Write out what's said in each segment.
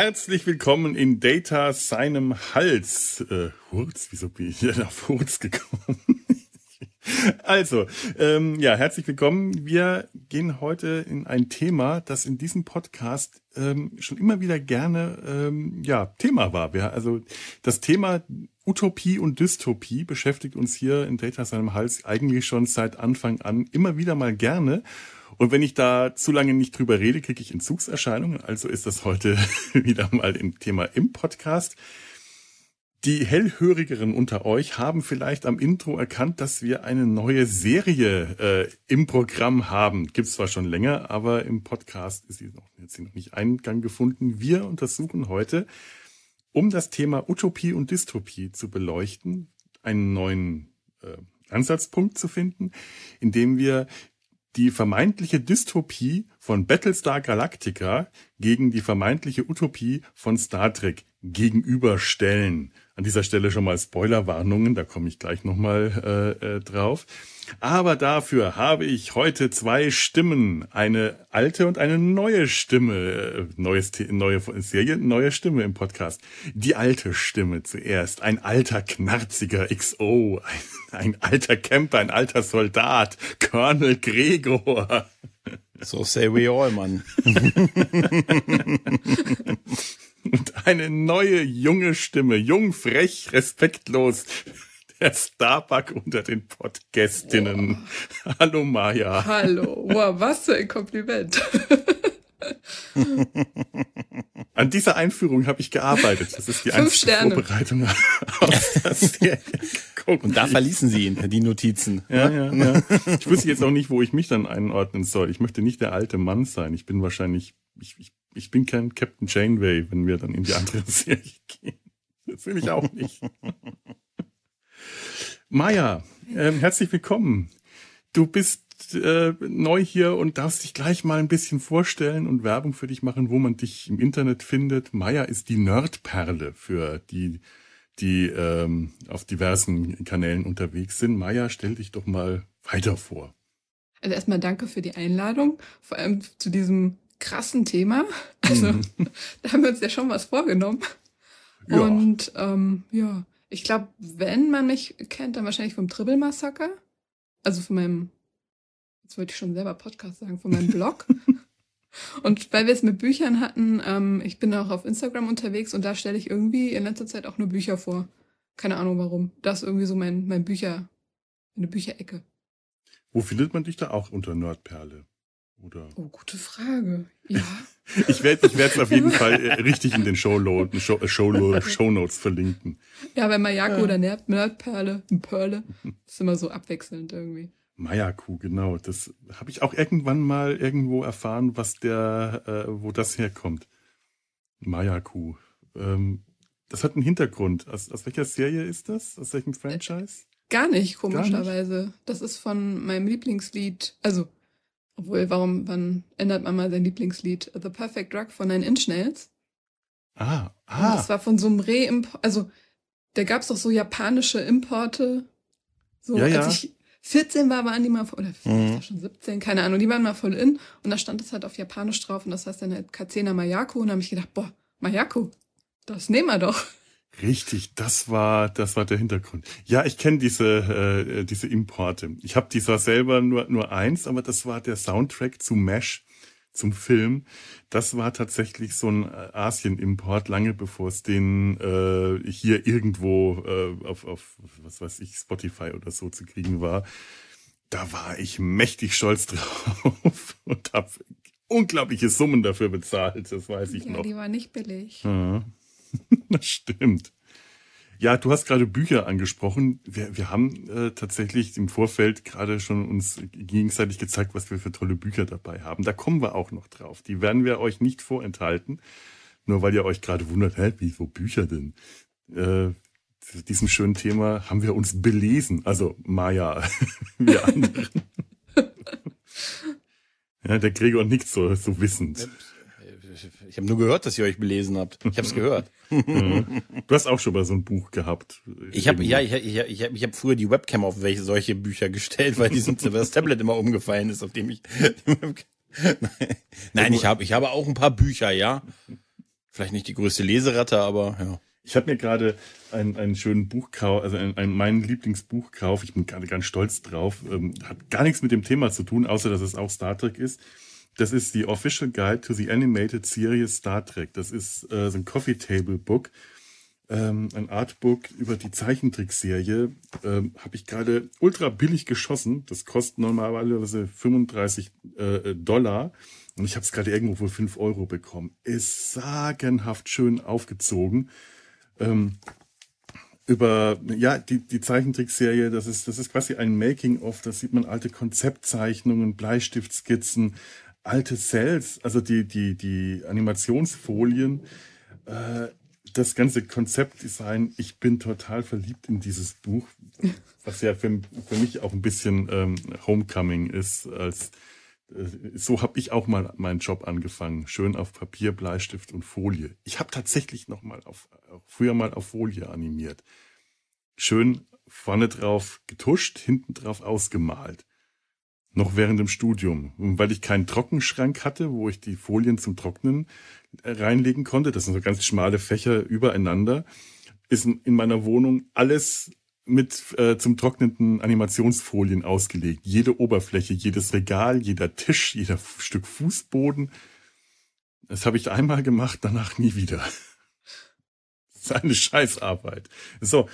Herzlich willkommen in Data seinem Hals. Hurz, wieso bin ich hier auf Hurz gekommen? Also, herzlich willkommen. Wir gehen heute in ein Thema, das in diesem Podcast schon immer wieder gerne Thema war. Das Thema Utopie und Dystopie beschäftigt uns hier in Data seinem Hals eigentlich schon seit Anfang an immer wieder mal gerne. Und wenn ich da zu lange nicht drüber rede, kriege ich Entzugserscheinungen. Also ist das heute wieder mal ein Thema im Podcast. Die Hellhörigeren unter euch haben vielleicht am Intro erkannt, dass wir eine neue Serie im Programm haben. Gibt's zwar schon länger, aber im Podcast hat sie noch nicht Eingang gefunden. Wir untersuchen heute, um das Thema Utopie und Dystopie zu beleuchten, einen neuen Ansatzpunkt zu finden, indem wir die vermeintliche Dystopie von Battlestar Galactica gegen die vermeintliche Utopie von Star Trek gegenüberstellen. An dieser Stelle schon mal Spoilerwarnungen, da komme ich gleich nochmal drauf. Aber dafür habe ich heute zwei Stimmen, eine alte und eine neue Stimme. Neue Serie, neue Stimme im Podcast. Die alte Stimme zuerst, ein alter, knarziger XO, ein alter Camper, ein alter Soldat, Colonel Gregor. So say we all, Mann. Und eine neue, junge Stimme, jung, frech, respektlos, der Starbuck unter den Podcastinnen. Wow. Hallo Maja. Hallo, wow, was für ein Kompliment. An dieser Einführung habe ich gearbeitet. Das ist die einzige Vorbereitung auf das Serie. Und da verließen Sie ihn, die Notizen. Ja. Ich wüsste jetzt auch nicht, wo ich mich dann einordnen soll. Ich möchte nicht der alte Mann sein. Ich bin wahrscheinlich, ich bin kein Captain Janeway, wenn wir dann in die andere Serie gehen. Das will ich auch nicht. Maja, herzlich willkommen. Du bist neu hier und darfst dich gleich mal ein bisschen vorstellen und Werbung für dich machen, wo man dich im Internet findet. Maja ist die Nerdperle für die auf diversen Kanälen unterwegs sind. Maja, stell dich doch mal weiter vor. Also erstmal danke für die Einladung, vor allem zu diesem krassen Thema. Also da haben wir uns ja schon was vorgenommen. Ja. Und ich glaube, wenn man mich kennt, dann wahrscheinlich vom Tribble-Massaker. Also von meinem, jetzt wollte ich schon selber Podcast sagen, von meinem Blog. Und weil wir es mit Büchern hatten, ich bin auch auf Instagram unterwegs und da stelle ich irgendwie in letzter Zeit auch nur Bücher vor. Keine Ahnung warum. Das ist irgendwie so meine Bücherecke. Wo findet man dich da auch unter Nerdperle? Oder? Oh, gute Frage. Ja. Ich werde es auf jeden Fall richtig in den Shownotes verlinken. Ja, bei Mayako oder Nerdperle, Perle, ist immer so abwechselnd irgendwie. Mayaku, genau. Das habe ich auch irgendwann mal irgendwo erfahren, wo das herkommt. Mayaku. Das hat einen Hintergrund. Aus welcher Serie ist das? Aus welchem Franchise? Gar nicht, komischerweise. Das ist von meinem Lieblingslied. Also, wann ändert man mal sein Lieblingslied? The Perfect Drug von Nine Inch Nails. Und das war von so einem also, da gab's doch so japanische Importe. So, ja, als ich 14 waren die mal, oder vielleicht schon 17, keine Ahnung, die waren mal voll in und da stand es halt auf Japanisch drauf und das heißt dann halt Katsena Mayako und da habe ich gedacht, Mayako, das nehmen wir doch. Richtig, das war der Hintergrund. Ja, ich kenne diese Importe. Ich habe die zwar selber nur eins, aber das war der Soundtrack zu MASH, zum Film. Das war tatsächlich so ein Asien-Import, lange bevor es den hier irgendwo auf was weiß ich, Spotify oder so zu kriegen war. Da war ich mächtig stolz drauf und habe unglaubliche Summen dafür bezahlt, das weiß ich noch. Ja, die war nicht billig. Ja. Das stimmt. Ja, du hast gerade Bücher angesprochen. Wir haben tatsächlich im Vorfeld gerade schon uns gegenseitig gezeigt, was wir für tolle Bücher dabei haben. Da kommen wir auch noch drauf. Die werden wir euch nicht vorenthalten, nur weil ihr euch gerade wundert, wieso Bücher denn? Zu diesem schönen Thema haben wir uns belesen. Also Maja, wir anderen. Ja, der Gregor nickt so wissend. Ich habe nur gehört, dass ihr euch belesen habt. Ich habe es gehört. Du hast auch schon mal so ein Buch gehabt. Ich hab früher die Webcam auf solche Bücher gestellt, weil das Tablet immer umgefallen ist, auf dem ich. Nein, ich habe auch ein paar Bücher, ja. Vielleicht nicht die größte Leseratte, aber ja. Ich habe mir gerade einen schönen Buchkauf, also mein Lieblingsbuchkauf, ich bin gerade ganz stolz drauf, hat gar nichts mit dem Thema zu tun, außer dass es auch Star Trek ist. Das ist die Official Guide to the Animated Series Star Trek. Das ist so ein Coffee Table Book, ein Artbook über die Zeichentrickserie. Habe ich gerade ultra billig geschossen. Das kostet normalerweise $35. Und ich habe es gerade irgendwo für 5 Euro bekommen. Ist sagenhaft schön aufgezogen. Über die Zeichentrickserie, das ist quasi ein Making-of, da sieht man alte Konzeptzeichnungen, Bleistiftskizzen, alte Cells, also die Animationsfolien, das ganze Konzeptdesign. Ich bin total verliebt in dieses Buch, was ja für mich auch ein bisschen Homecoming ist. So habe ich auch mal meinen Job angefangen. Schön auf Papier, Bleistift und Folie. Ich habe tatsächlich früher mal auf Folie animiert. Schön vorne drauf getuscht, hinten drauf ausgemalt. Noch während dem Studium. Und weil ich keinen Trockenschrank hatte, wo ich die Folien zum Trocknen reinlegen konnte, das sind so ganz schmale Fächer übereinander, ist in meiner Wohnung alles mit zum trocknenden Animationsfolien ausgelegt. Jede Oberfläche, jedes Regal, jeder Tisch, jeder Stück Fußboden. Das habe ich einmal gemacht, danach nie wieder. Das ist eine Scheißarbeit. So,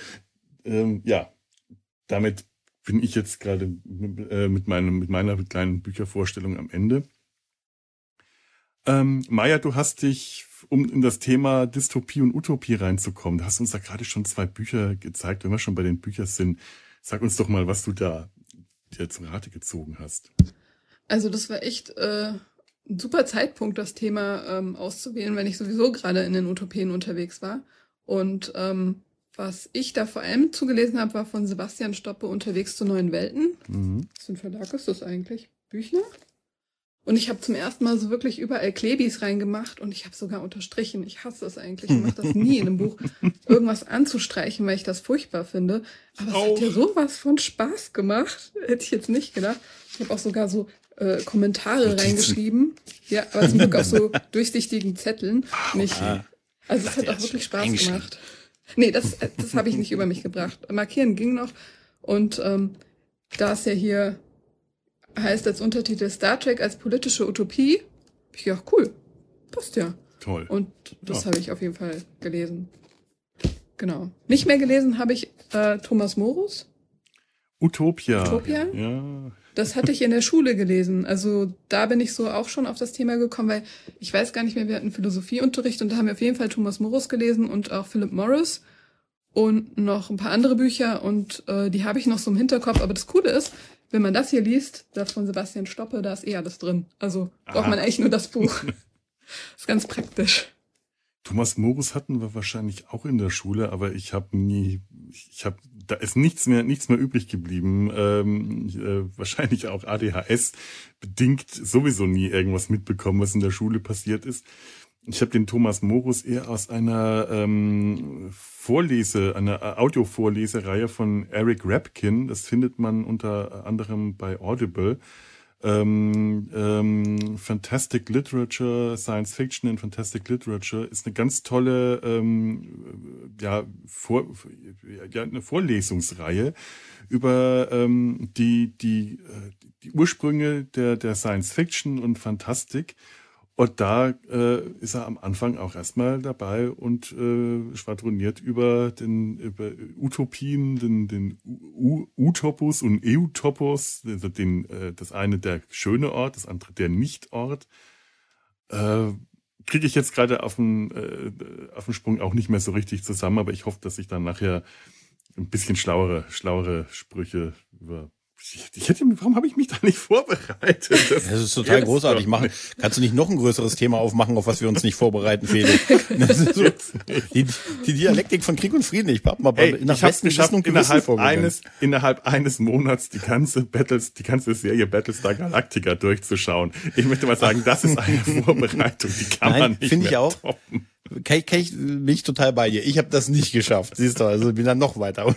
damit bin ich jetzt gerade mit meiner kleinen Büchervorstellung am Ende. Maja, du hast dich, um in das Thema Dystopie und Utopie reinzukommen, du hast uns da gerade schon 2 Bücher gezeigt. Wenn wir schon bei den Büchern sind, sag uns doch mal, was du da dir zu Rate gezogen hast. Also das war echt ein super Zeitpunkt, das Thema auszuwählen, wenn ich sowieso gerade in den Utopien unterwegs war. Und was ich da vor allem zugelesen habe, war von Sebastian Stoppe Unterwegs zu neuen Welten. Was für ein Verlag ist das eigentlich? Büchner? Und ich habe zum ersten Mal so wirklich überall Klebis reingemacht und ich habe sogar unterstrichen. Ich hasse es eigentlich. Ich mache das nie in einem Buch, irgendwas anzustreichen, weil ich das furchtbar finde. Aber es hat ja sowas von Spaß gemacht. Hätte ich jetzt nicht gedacht. Ich habe auch sogar so Kommentare reingeschrieben. Ja, aber zum Glück auf so durchsichtigen Zetteln. Also es hat auch wirklich Spaß gemacht. Nee, das habe ich nicht über mich gebracht. Markieren ging noch. Und da es ja hier heißt als Untertitel Star Trek als politische Utopie, hab ich gedacht, cool, passt ja. Toll. Und das habe ich auf jeden Fall gelesen. Genau. Nicht mehr gelesen habe ich Thomas Morus. Utopia. Ja. Das hatte ich in der Schule gelesen. Also da bin ich so auch schon auf das Thema gekommen, weil ich weiß gar nicht mehr, wir hatten Philosophieunterricht und da haben wir auf jeden Fall Thomas Morus gelesen und auch Philip Morris und noch ein paar andere Bücher und die habe ich noch so im Hinterkopf. Aber das Coole ist, wenn man das hier liest, das von Sebastian Stoppe, da ist alles drin. Also braucht man eigentlich nur das Buch. Ist ganz praktisch. Thomas Morus hatten wir wahrscheinlich auch in der Schule, aber da ist nichts mehr übrig geblieben. Wahrscheinlich auch ADHS bedingt sowieso nie irgendwas mitbekommen, was in der Schule passiert ist. Ich habe den Thomas Morus eher aus einer Audiovorlesereihe von Eric Rapkin. Das findet man unter anderem bei Audible. Fantastic Literature, Science Fiction and Fantastic Literature ist eine ganz tolle eine Vorlesungsreihe über die Ursprünge der Science Fiction und Fantastik. Und da ist er am Anfang auch erstmal dabei und schwadroniert über Utopien, den Utopus und Eutopus, also das eine der schöne Ort, das andere der Nicht-Ort. Kriege ich jetzt gerade auf den Sprung auch nicht mehr so richtig zusammen, aber ich hoffe, dass ich dann nachher ein bisschen schlauere Sprüche über. Warum habe ich mich da nicht vorbereitet? Das ist total großartig. Kannst du nicht noch ein größeres Thema aufmachen, auf was wir uns nicht vorbereiten, Felix? Das ist so, die Dialektik von Krieg und Frieden. Ich habe mal ich habe geschafft, innerhalb eines Monats die ganze Serie Battlestar Galactica durchzuschauen. Ich möchte mal sagen, das ist eine Vorbereitung, die kann man nicht mehr toppen. Bin ich total bei dir. Ich habe das nicht geschafft. Siehst du, also bin dann noch weiter.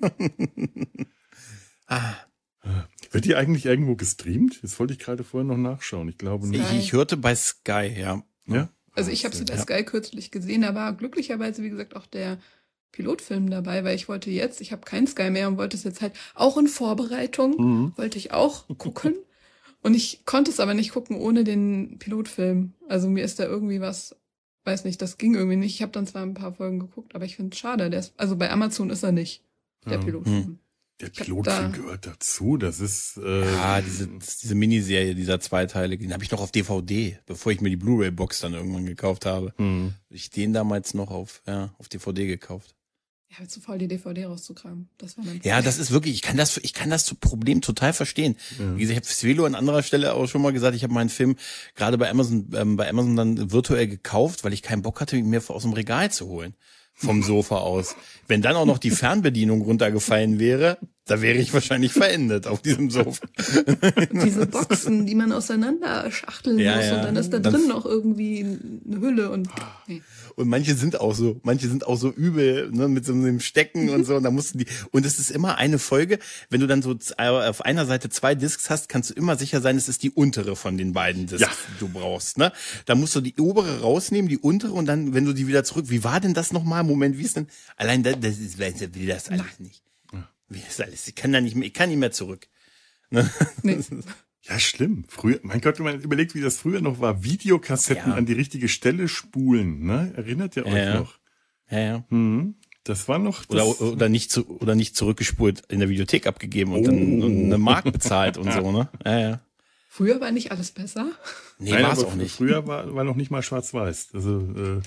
Wird die eigentlich irgendwo gestreamt? Das wollte ich gerade vorher noch nachschauen. Ich glaube nicht. Ich hörte bei Sky, ja. Ja? Also ich habe sie bei Sky kürzlich gesehen, da war glücklicherweise, wie gesagt, auch der Pilotfilm dabei, weil ich habe keinen Sky mehr und wollte es jetzt halt auch in Vorbereitung, wollte ich auch gucken. Und ich konnte es aber nicht gucken ohne den Pilotfilm. Also mir ist da irgendwie was, weiß nicht, das ging irgendwie nicht. Ich habe dann zwar ein paar Folgen geguckt, aber ich finde es schade. Also bei Amazon ist er nicht, der Pilotfilm. Der Pilotfilm gehört dazu, das ist... diese Miniserie, dieser zweiteilige, den habe ich noch auf DVD, bevor ich mir die Blu-ray-Box dann irgendwann gekauft habe. Ich den damals noch auf DVD gekauft. Ja, zu faul, die DVD rauszukramen. Das war mein Problem. Ja, das ist wirklich, ich kann das Problem total verstehen. Ja. Wie gesagt, ich habe Svelo an anderer Stelle auch schon mal gesagt, ich habe meinen Film gerade bei Amazon dann virtuell gekauft, weil ich keinen Bock hatte, ihn mir aus dem Regal zu holen. Vom Sofa aus. Wenn dann auch noch die Fernbedienung runtergefallen wäre, da wäre ich wahrscheinlich verendet auf diesem Sofa. Diese Boxen, die man auseinander schachteln muss und dann ist da drin noch irgendwie eine Hülle und nee. Und manche sind auch so übel, ne, mit so einem Stecken und so, und da mussten und es ist immer eine Folge, wenn du dann so auf einer Seite 2 Discs hast, kannst du immer sicher sein, es ist die untere von den beiden Discs, die du brauchst, ne? Da musst du die obere rausnehmen, die untere, und dann, wenn du die wieder zurück, wie war denn das nochmal? Moment, wie ist denn, allein das will das alles nicht. Wie ist alles? Ich kann nicht mehr zurück. Ne? Nee. Ja, schlimm. Früher, mein Gott, wenn man überlegt, wie das früher noch war, Videokassetten an die richtige Stelle spulen, ne? Erinnert ihr euch noch? Ja. Das war noch oder nicht zurückgespult in der Videothek abgegeben und dann eine Mark bezahlt und so, ne? Ja. Früher war nicht alles besser. Nee, war es auch nicht. Früher war noch nicht mal schwarz-weiß. Also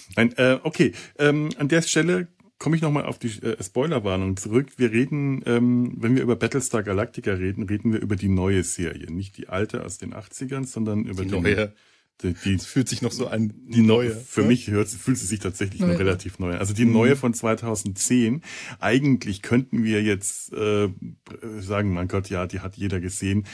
okay. An der Stelle komme ich nochmal auf die Spoilerwarnung zurück. Wir reden, wenn wir über Battlestar Galactica reden wir über die neue Serie. Nicht die alte aus den 80ern, sondern über die neue. Das fühlt sich noch so an, die neue. Für mich fühlt sie sich tatsächlich noch relativ neu an. Also die neue von 2010. Eigentlich könnten wir jetzt sagen, mein Gott, ja, die hat jeder gesehen.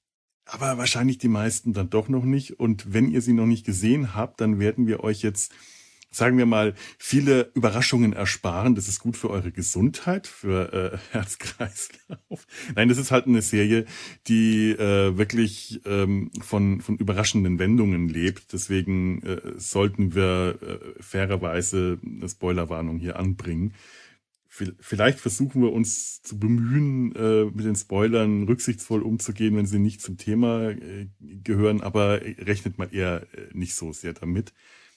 Aber wahrscheinlich die meisten dann doch noch nicht. Und wenn ihr sie noch nicht gesehen habt, dann werden wir euch jetzt, sagen wir mal, viele Überraschungen ersparen. Das ist gut für eure Gesundheit, für Herz-Kreislauf. Nein, das ist halt eine Serie, die wirklich von überraschenden Wendungen lebt. Deswegen sollten wir fairerweise eine Spoilerwarnung hier anbringen. Vielleicht versuchen wir uns zu bemühen, mit den Spoilern rücksichtsvoll umzugehen, wenn sie nicht zum Thema gehören, aber rechnet mal eher nicht so sehr damit.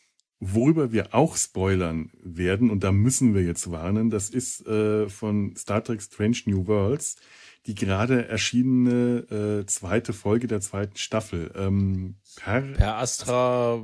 Worüber wir auch spoilern werden, und da müssen wir jetzt warnen, das ist von Star Trek Strange New Worlds, die gerade erschienene zweite Folge der zweiten Staffel. Per Aspera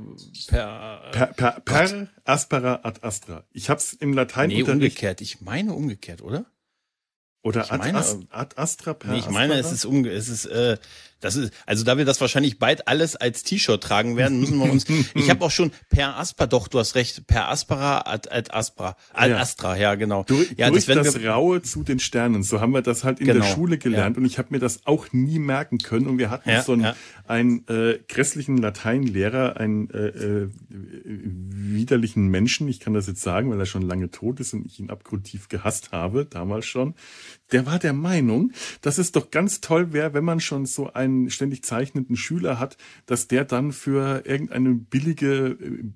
ad Astra. Ich hab's im Lateinunterricht. Umgekehrt. Ich meine umgekehrt, oder? Oder ad Astra per Ich meine, das ist, also da wir das wahrscheinlich bald alles als T-Shirt tragen werden, müssen wir uns, ich habe auch schon per Aspera, doch, du hast recht, per Aspera ad Astra, ja, genau. Durch das Raue zu den Sternen, so haben wir das halt in der Schule gelernt, und ich habe mir das auch nie merken können, und wir hatten einen grässlichen Lateinlehrer, einen widerlichen Menschen, ich kann das jetzt sagen, weil er schon lange tot ist und ich ihn abgrundtief gehasst habe, damals schon. Der war der Meinung, dass es doch ganz toll wäre, wenn man schon so einen ständig zeichnenden Schüler hat, dass der dann für irgendeine billige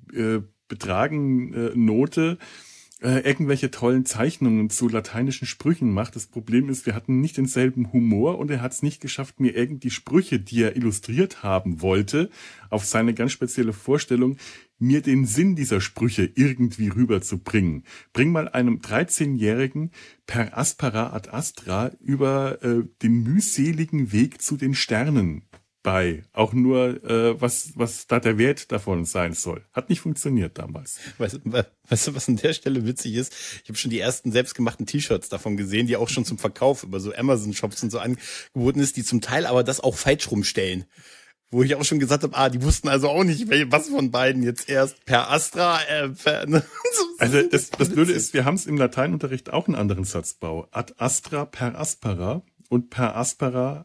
Note irgendwelche tollen Zeichnungen zu lateinischen Sprüchen macht. Das Problem ist, wir hatten nicht denselben Humor, und er hat es nicht geschafft, mir irgendwie Sprüche, die er illustriert haben wollte, auf seine ganz spezielle Vorstellung, mir den Sinn dieser Sprüche irgendwie rüberzubringen. Bring mal einem 13-Jährigen per Aspera ad Astra über den mühseligen Weg zu den Sternen bei. Auch nur, was da der Wert davon sein soll. Hat nicht funktioniert damals. Weißt du, was an der Stelle witzig ist? Ich habe schon die ersten selbstgemachten T-Shirts davon gesehen, die auch schon zum Verkauf über so Amazon-Shops und so angeboten ist, die zum Teil aber das auch falsch rumstellen. Wo ich auch schon gesagt habe, die wussten also auch nicht, was von beiden jetzt erst per Astra, Also das Blöde ist, wir haben es im Lateinunterricht auch einen anderen Satzbau. Ad Astra per Aspera und per Aspera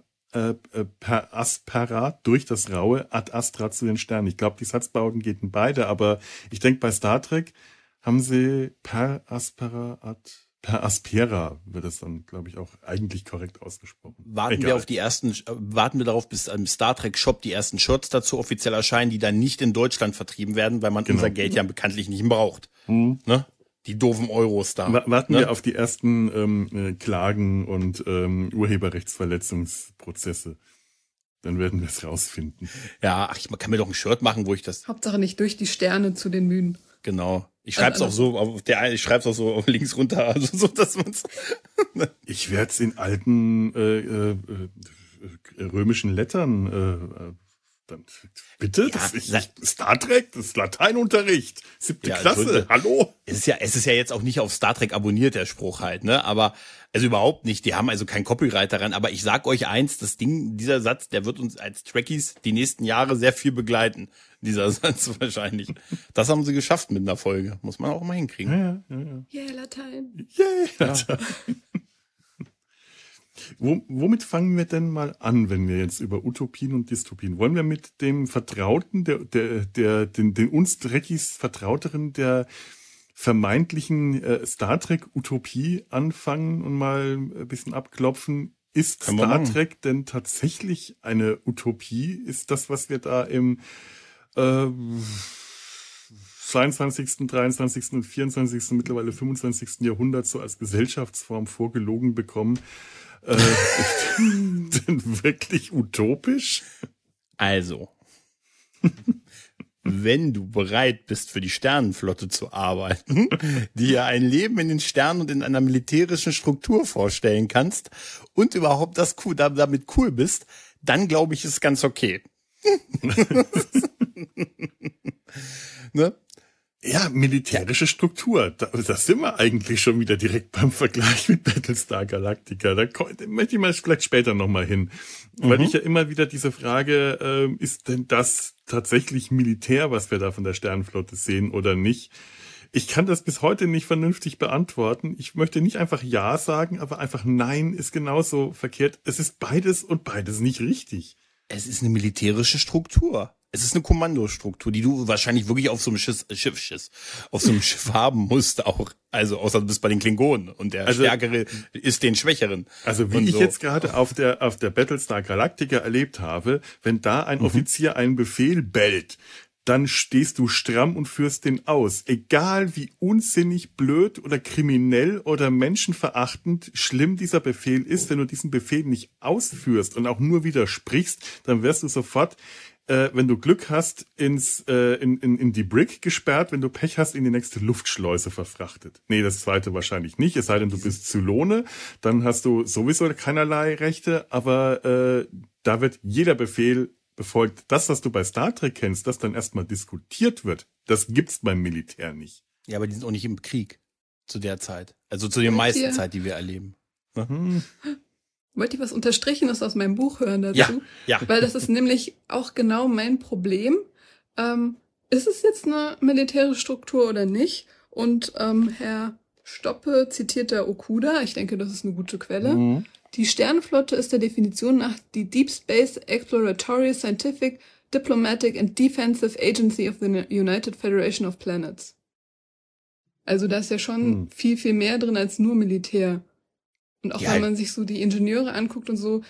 durch das Raue ad Astra zu den Sternen. Ich glaube, die Satzbauten gehen beide, aber ich denke, bei Star Trek haben sie per Aspera ad Per Aspera wird es dann, glaube ich, auch eigentlich korrekt ausgesprochen. Warten wir darauf, bis im Star Trek Shop die ersten Shirts dazu offiziell erscheinen, die dann nicht in Deutschland vertrieben werden, weil man unser Geld ja bekanntlich nicht braucht. Ne? Die doofen Euros da. Warten wir auf die ersten Klagen und Urheberrechtsverletzungsprozesse. Dann werden wir es rausfinden. Ja, ich kann mir doch ein Shirt machen, wo ich das... Hauptsache nicht durch die Sterne zu den Mühen. Genau. Ich schreib's auch so, ich schreib's auch so links runter, also so, dass man's. Ich werde es in alten römischen Lettern dann, bitte? Ja, Star Trek, das ist Lateinunterricht. 7. Klasse, hallo? Es ist ja jetzt auch nicht auf Star Trek abonniert, der Spruch halt, ne? Aber, also überhaupt nicht. Die haben also kein Copyright daran. Aber ich sag euch eins, dieser Satz, der wird uns als Trekkies die nächsten Jahre sehr viel begleiten. Dieser Satz wahrscheinlich. Das haben sie geschafft mit einer Folge. Muss man auch mal hinkriegen. Ja. Yeah, Latein. Yeah, Latein. Womit fangen wir denn mal an, wenn wir jetzt über Utopien und Dystopien? Wollen wir mit dem Vertrauten, den uns Trekkies Vertrauteren der vermeintlichen Star Trek Utopie anfangen und mal ein bisschen abklopfen? Ist Star Trek denn tatsächlich eine Utopie? Ist das, was wir da im 22., 23. und 24., mittlerweile 25. Jahrhundert so als Gesellschaftsform vorgelogen bekommen, denn wirklich utopisch? Also, wenn du bereit bist, für die Sternenflotte zu arbeiten, dir ein Leben in den Sternen und in einer militärischen Struktur vorstellen kannst und überhaupt damit cool bist, dann glaube ich, ist ganz okay. Ne? Ja, militärische Struktur. Da sind wir eigentlich schon wieder direkt beim Vergleich mit Battlestar Galactica. Da möchte ich mal vielleicht später nochmal hin. Weil ich ja immer wieder diese Frage, ist denn das tatsächlich Militär, was wir da von der Sternenflotte sehen oder nicht? Ich kann das bis heute nicht vernünftig beantworten. Ich möchte nicht einfach Ja sagen, aber einfach Nein ist genauso verkehrt. Es ist beides und beides nicht richtig. Es ist eine militärische Struktur. Es ist eine Kommandostruktur, die du wahrscheinlich wirklich auf so einem auf so einem Schiff haben musst auch. Also, außer du bist bei den Klingonen und der Stärkere ist den Schwächeren. Also, wie ich jetzt gerade auf der Battlestar Galactica erlebt habe, wenn da ein Offizier einen Befehl bellt, dann stehst du stramm und führst den aus. Egal wie unsinnig, blöd oder kriminell oder menschenverachtend schlimm dieser Befehl ist, wenn du diesen Befehl nicht ausführst und auch nur widersprichst, dann wirst du sofort, wenn du Glück hast, in die Brig gesperrt, wenn du Pech hast, in die nächste Luftschleuse verfrachtet. Nee, das zweite wahrscheinlich nicht, es sei denn, du bist Zylone, dann hast du sowieso keinerlei Rechte, aber da wird jeder Befehl befolgt. Das, was du bei Star Trek kennst, das dann erstmal diskutiert wird, das gibt's beim Militär nicht. Ja, aber die sind auch nicht im Krieg zu der Zeit. Also zu der meisten Zeit, die wir erleben. Ne? Wollt ihr was Unterstrichenes aus meinem Buch hören dazu? Ja. Weil das ist nämlich auch genau mein Problem. Ist es jetzt eine militärische Struktur oder nicht? Und Herr Stoppe zitiert da Okuda. Ich denke, das ist eine gute Quelle. Die Sternenflotte ist der Definition nach die Deep Space Exploratory Scientific, Diplomatic and Defensive Agency of the United Federation of Planets. Also da ist ja schon viel, viel mehr drin als nur Militär. Und auch wenn man sich so die Ingenieure anguckt und so.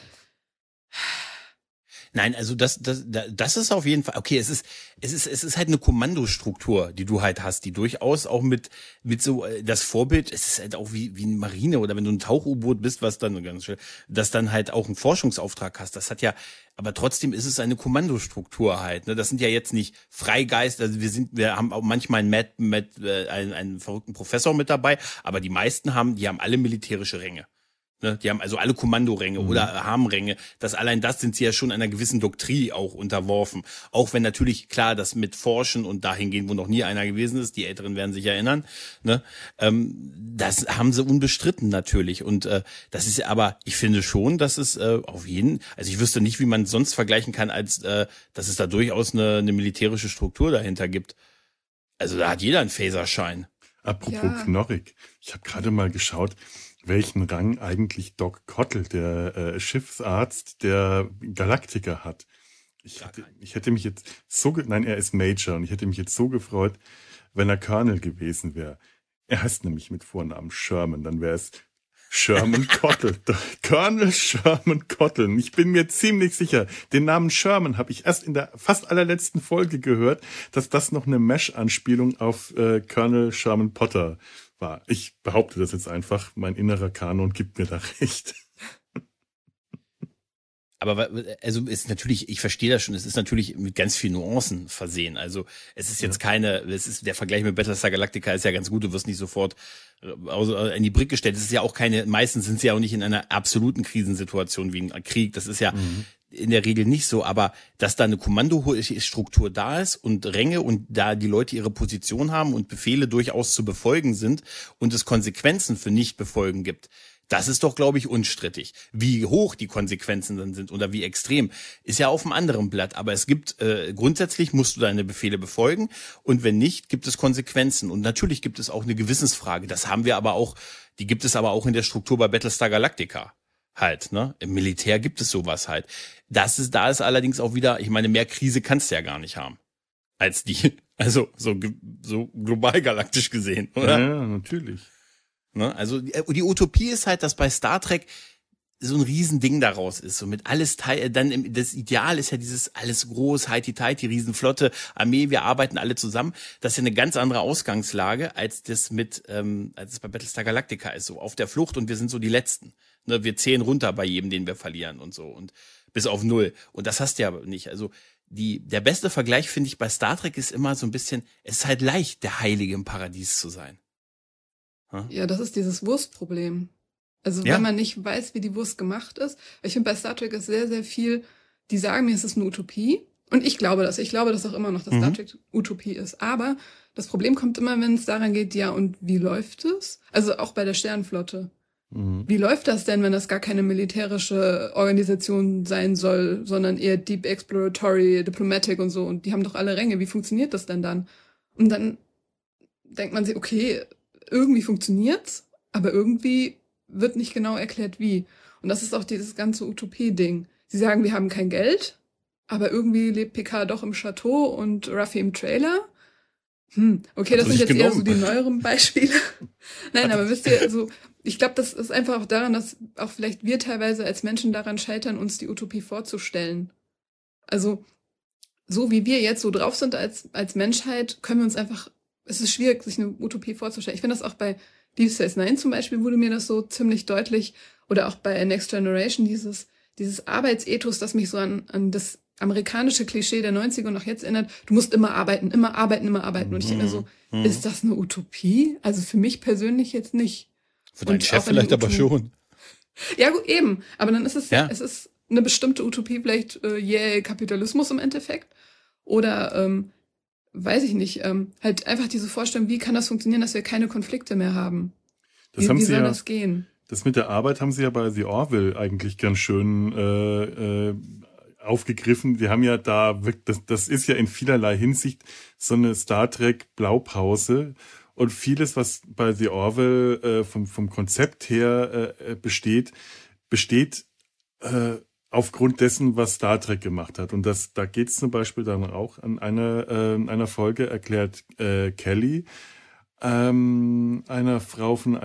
Nein, also das ist auf jeden Fall, okay, es ist halt eine Kommandostruktur, die du halt hast, die durchaus auch mit so, das Vorbild, es ist halt auch wie eine Marine oder wenn du ein Tauch-U-Boot bist, was dann ganz schön, das dann halt auch einen Forschungsauftrag hast, das hat ja, aber trotzdem ist es eine Kommandostruktur halt, ne, das sind ja jetzt nicht Freigeist, also wir haben auch manchmal einen verrückten Professor mit dabei, aber die meisten die haben alle militärische Ränge. Ne, die haben also alle Kommandoränge oder haben Ränge. Allein das sind sie ja schon einer gewissen Doktrin auch unterworfen. Auch wenn natürlich klar das mit Forschen und dahin gehen, wo noch nie einer gewesen ist, die Älteren werden sich erinnern, ne, das haben sie unbestritten natürlich. Und das ist aber, ich finde schon, dass es also ich wüsste nicht, wie man es sonst vergleichen kann, als dass es da durchaus eine militärische Struktur dahinter gibt. Also da hat jeder einen Phaserschein. Apropos Knorrig, ich habe gerade mal geschaut, welchen Rang eigentlich Doc Cottle, der Schiffsarzt der Galactica hat. Ich hätte mich jetzt er ist Major und ich hätte mich jetzt so gefreut, wenn er Colonel gewesen wäre. Er heißt nämlich mit Vornamen Sherman, dann wäre es Sherman Cottle. Colonel Sherman Cottle. Ich bin mir ziemlich sicher, den Namen Sherman habe ich erst in der fast allerletzten Folge gehört, dass das noch eine Mesh-Anspielung auf Colonel Sherman Potter war. Ich behaupte das jetzt einfach, mein innerer Kanon gibt mir da recht. Aber also ist natürlich, ich verstehe das schon, es ist natürlich mit ganz vielen Nuancen versehen. Also es ist jetzt der Vergleich mit Battlestar Galactica ist ja ganz gut, du wirst nicht sofort in die Brick gestellt. Es ist ja auch meistens sind sie ja auch nicht in einer absoluten Krisensituation wie ein Krieg. Das ist ja in der Regel nicht so, aber dass da eine Kommandostruktur da ist und Ränge und da die Leute ihre Position haben und Befehle durchaus zu befolgen sind und es Konsequenzen für Nicht-Befolgen gibt. Das ist doch, glaube ich, unstrittig. Wie hoch die Konsequenzen dann sind oder wie extrem, ist ja auf einem anderen Blatt. Aber es gibt, grundsätzlich musst du deine Befehle befolgen und wenn nicht, gibt es Konsequenzen. Und natürlich gibt es auch eine Gewissensfrage. Die gibt es aber auch in der Struktur bei Battlestar Galactica halt, ne? Im Militär gibt es sowas halt. Da ist allerdings auch wieder, ich meine, mehr Krise kannst du ja gar nicht haben. Als die, also so global galaktisch gesehen, oder? Ja, natürlich. Ne? Also die Utopie ist halt, dass bei Star Trek so ein Riesending daraus ist, so mit alles das Ideal ist ja dieses alles groß, heiti-teiti, Riesenflotte, Armee, wir arbeiten alle zusammen. Das ist ja eine ganz andere Ausgangslage, als das als es bei Battlestar Galactica ist, so auf der Flucht und wir sind so die Letzten. Ne? Wir zählen runter bei jedem, den wir verlieren und so und bis auf 0. Und das hast du ja nicht. Also der beste Vergleich, finde ich, bei Star Trek ist immer so ein bisschen, es ist halt leicht, der Heilige im Paradies zu sein. Ja, das ist dieses Wurstproblem. Also wenn man nicht weiß, wie die Wurst gemacht ist. Ich finde, bei Star Trek ist sehr, sehr viel, die sagen mir, es ist eine Utopie. Und ich glaube das. Ich glaube das auch immer noch, dass Star Trek Utopie ist. Aber das Problem kommt immer, wenn es daran geht, ja, und wie läuft es? Also auch bei der Sternenflotte. Wie läuft das denn, wenn das gar keine militärische Organisation sein soll, sondern eher Deep Exploratory, Diplomatic und so? Und die haben doch alle Ränge. Wie funktioniert das denn dann? Und dann denkt man sich, okay, irgendwie funktioniert's, aber irgendwie wird nicht genau erklärt, wie. Und das ist auch dieses ganze Utopie-Ding. Sie sagen, wir haben kein Geld, aber irgendwie lebt Picard doch im Chateau und Ruffy im Trailer. Okay, das sind jetzt eher so die neueren Beispiele. Nein, aber wisst ihr, also ich glaube, das ist einfach auch daran, dass auch vielleicht wir teilweise als Menschen daran scheitern, uns die Utopie vorzustellen. Also so wie wir jetzt so drauf sind als Menschheit, können wir uns einfach, es ist schwierig, sich eine Utopie vorzustellen. Ich finde das auch bei Deep Space Nine zum Beispiel wurde mir das so ziemlich deutlich oder auch bei Next Generation dieses Arbeitsethos, das mich so an das amerikanische Klischee der 90er und auch jetzt erinnert, du musst immer arbeiten, immer arbeiten, immer arbeiten. Und ich denke mir so, ist das eine Utopie? Also für mich persönlich jetzt nicht. Für deinen Chef vielleicht aber schon. Ja gut, eben. Aber dann ist es ist eine bestimmte Utopie, vielleicht Kapitalismus im Endeffekt. Oder weiß ich nicht, halt einfach diese Vorstellung, wie kann das funktionieren, dass wir keine Konflikte mehr haben? Wie soll das gehen? Das mit der Arbeit haben sie ja bei The Orville eigentlich ganz schön aufgegriffen. Wir haben ja da, das ist ja in vielerlei Hinsicht so eine Star Trek Blaupause und vieles, was bei The Orville vom Konzept her besteht aufgrund dessen, was Star Trek gemacht hat. Und da geht es zum Beispiel dann auch an einer Folge erklärt Kelly, einer Frau von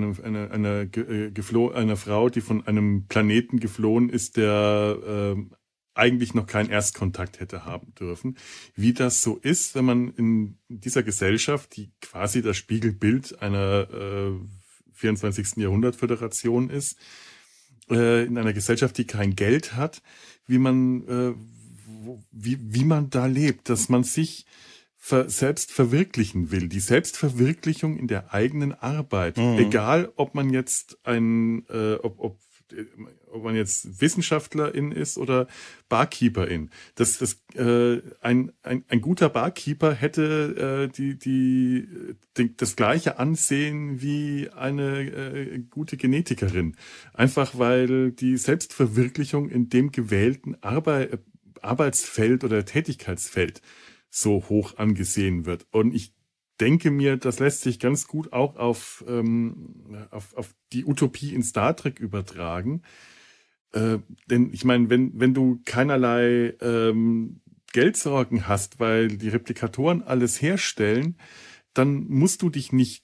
einer Frau, die von einem Planeten geflohen ist, der eigentlich noch keinen Erstkontakt hätte haben dürfen. Wie das so ist, wenn man in dieser Gesellschaft, die quasi das Spiegelbild einer 24. Jahrhundert-Föderation ist, in einer Gesellschaft, die kein Geld hat, wie man da lebt, dass man sich selbst verwirklichen will, die Selbstverwirklichung in der eigenen Arbeit, egal ob man jetzt ob man jetzt Wissenschaftlerin ist oder Barkeeperin. Das ein guter Barkeeper hätte das gleiche Ansehen wie eine gute Genetikerin. Einfach weil die Selbstverwirklichung in dem gewählten Arbeitsfeld oder Tätigkeitsfeld so hoch angesehen wird. Und ich denke mir, das lässt sich ganz gut auch auf die Utopie in Star Trek übertragen. Denn ich meine, wenn du keinerlei Geldsorgen hast, weil die Replikatoren alles herstellen, dann musst du dich nicht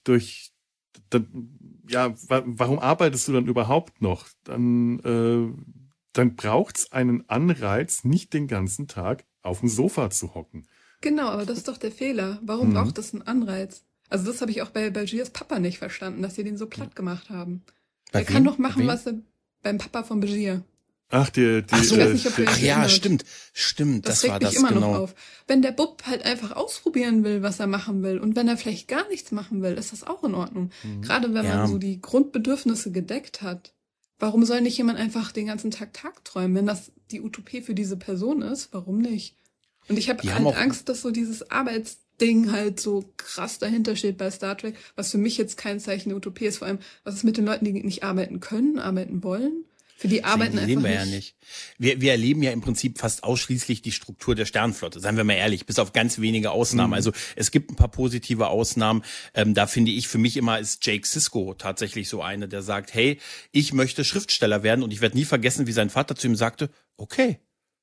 warum arbeitest du dann überhaupt noch? Dann braucht's einen Anreiz, nicht den ganzen Tag auf dem Sofa zu hocken. Genau, aber das ist doch der Fehler. Warum braucht das einen Anreiz? Also das habe ich auch bei Begiers Papa nicht verstanden, dass sie den so platt gemacht haben. Er kann doch machen, was er beim Papa von Begier. Ach, stimmt. Das regt mich immer noch auf. Wenn der Bub halt einfach ausprobieren will, was er machen will, und wenn er vielleicht gar nichts machen will, ist das auch in Ordnung. Gerade wenn man so die Grundbedürfnisse gedeckt hat. Warum soll nicht jemand einfach den ganzen Tag träumen? Wenn das die Utopie für diese Person ist, warum nicht? Und ich habe halt Angst, dass so dieses Arbeitsding halt so krass dahinter steht bei Star Trek, was für mich jetzt kein Zeichen der Utopie ist. Vor allem, was ist mit den Leuten, die nicht arbeiten können, arbeiten wollen? Für die arbeiten einfach wir ja nicht. Wir erleben ja im Prinzip fast ausschließlich die Struktur der Sternflotte, seien wir mal ehrlich, bis auf ganz wenige Ausnahmen. Also es gibt ein paar positive Ausnahmen. Da finde ich, für mich immer ist Jake Sisko tatsächlich so eine, der sagt, hey, ich möchte Schriftsteller werden, und ich werde nie vergessen, wie sein Vater zu ihm sagte, okay.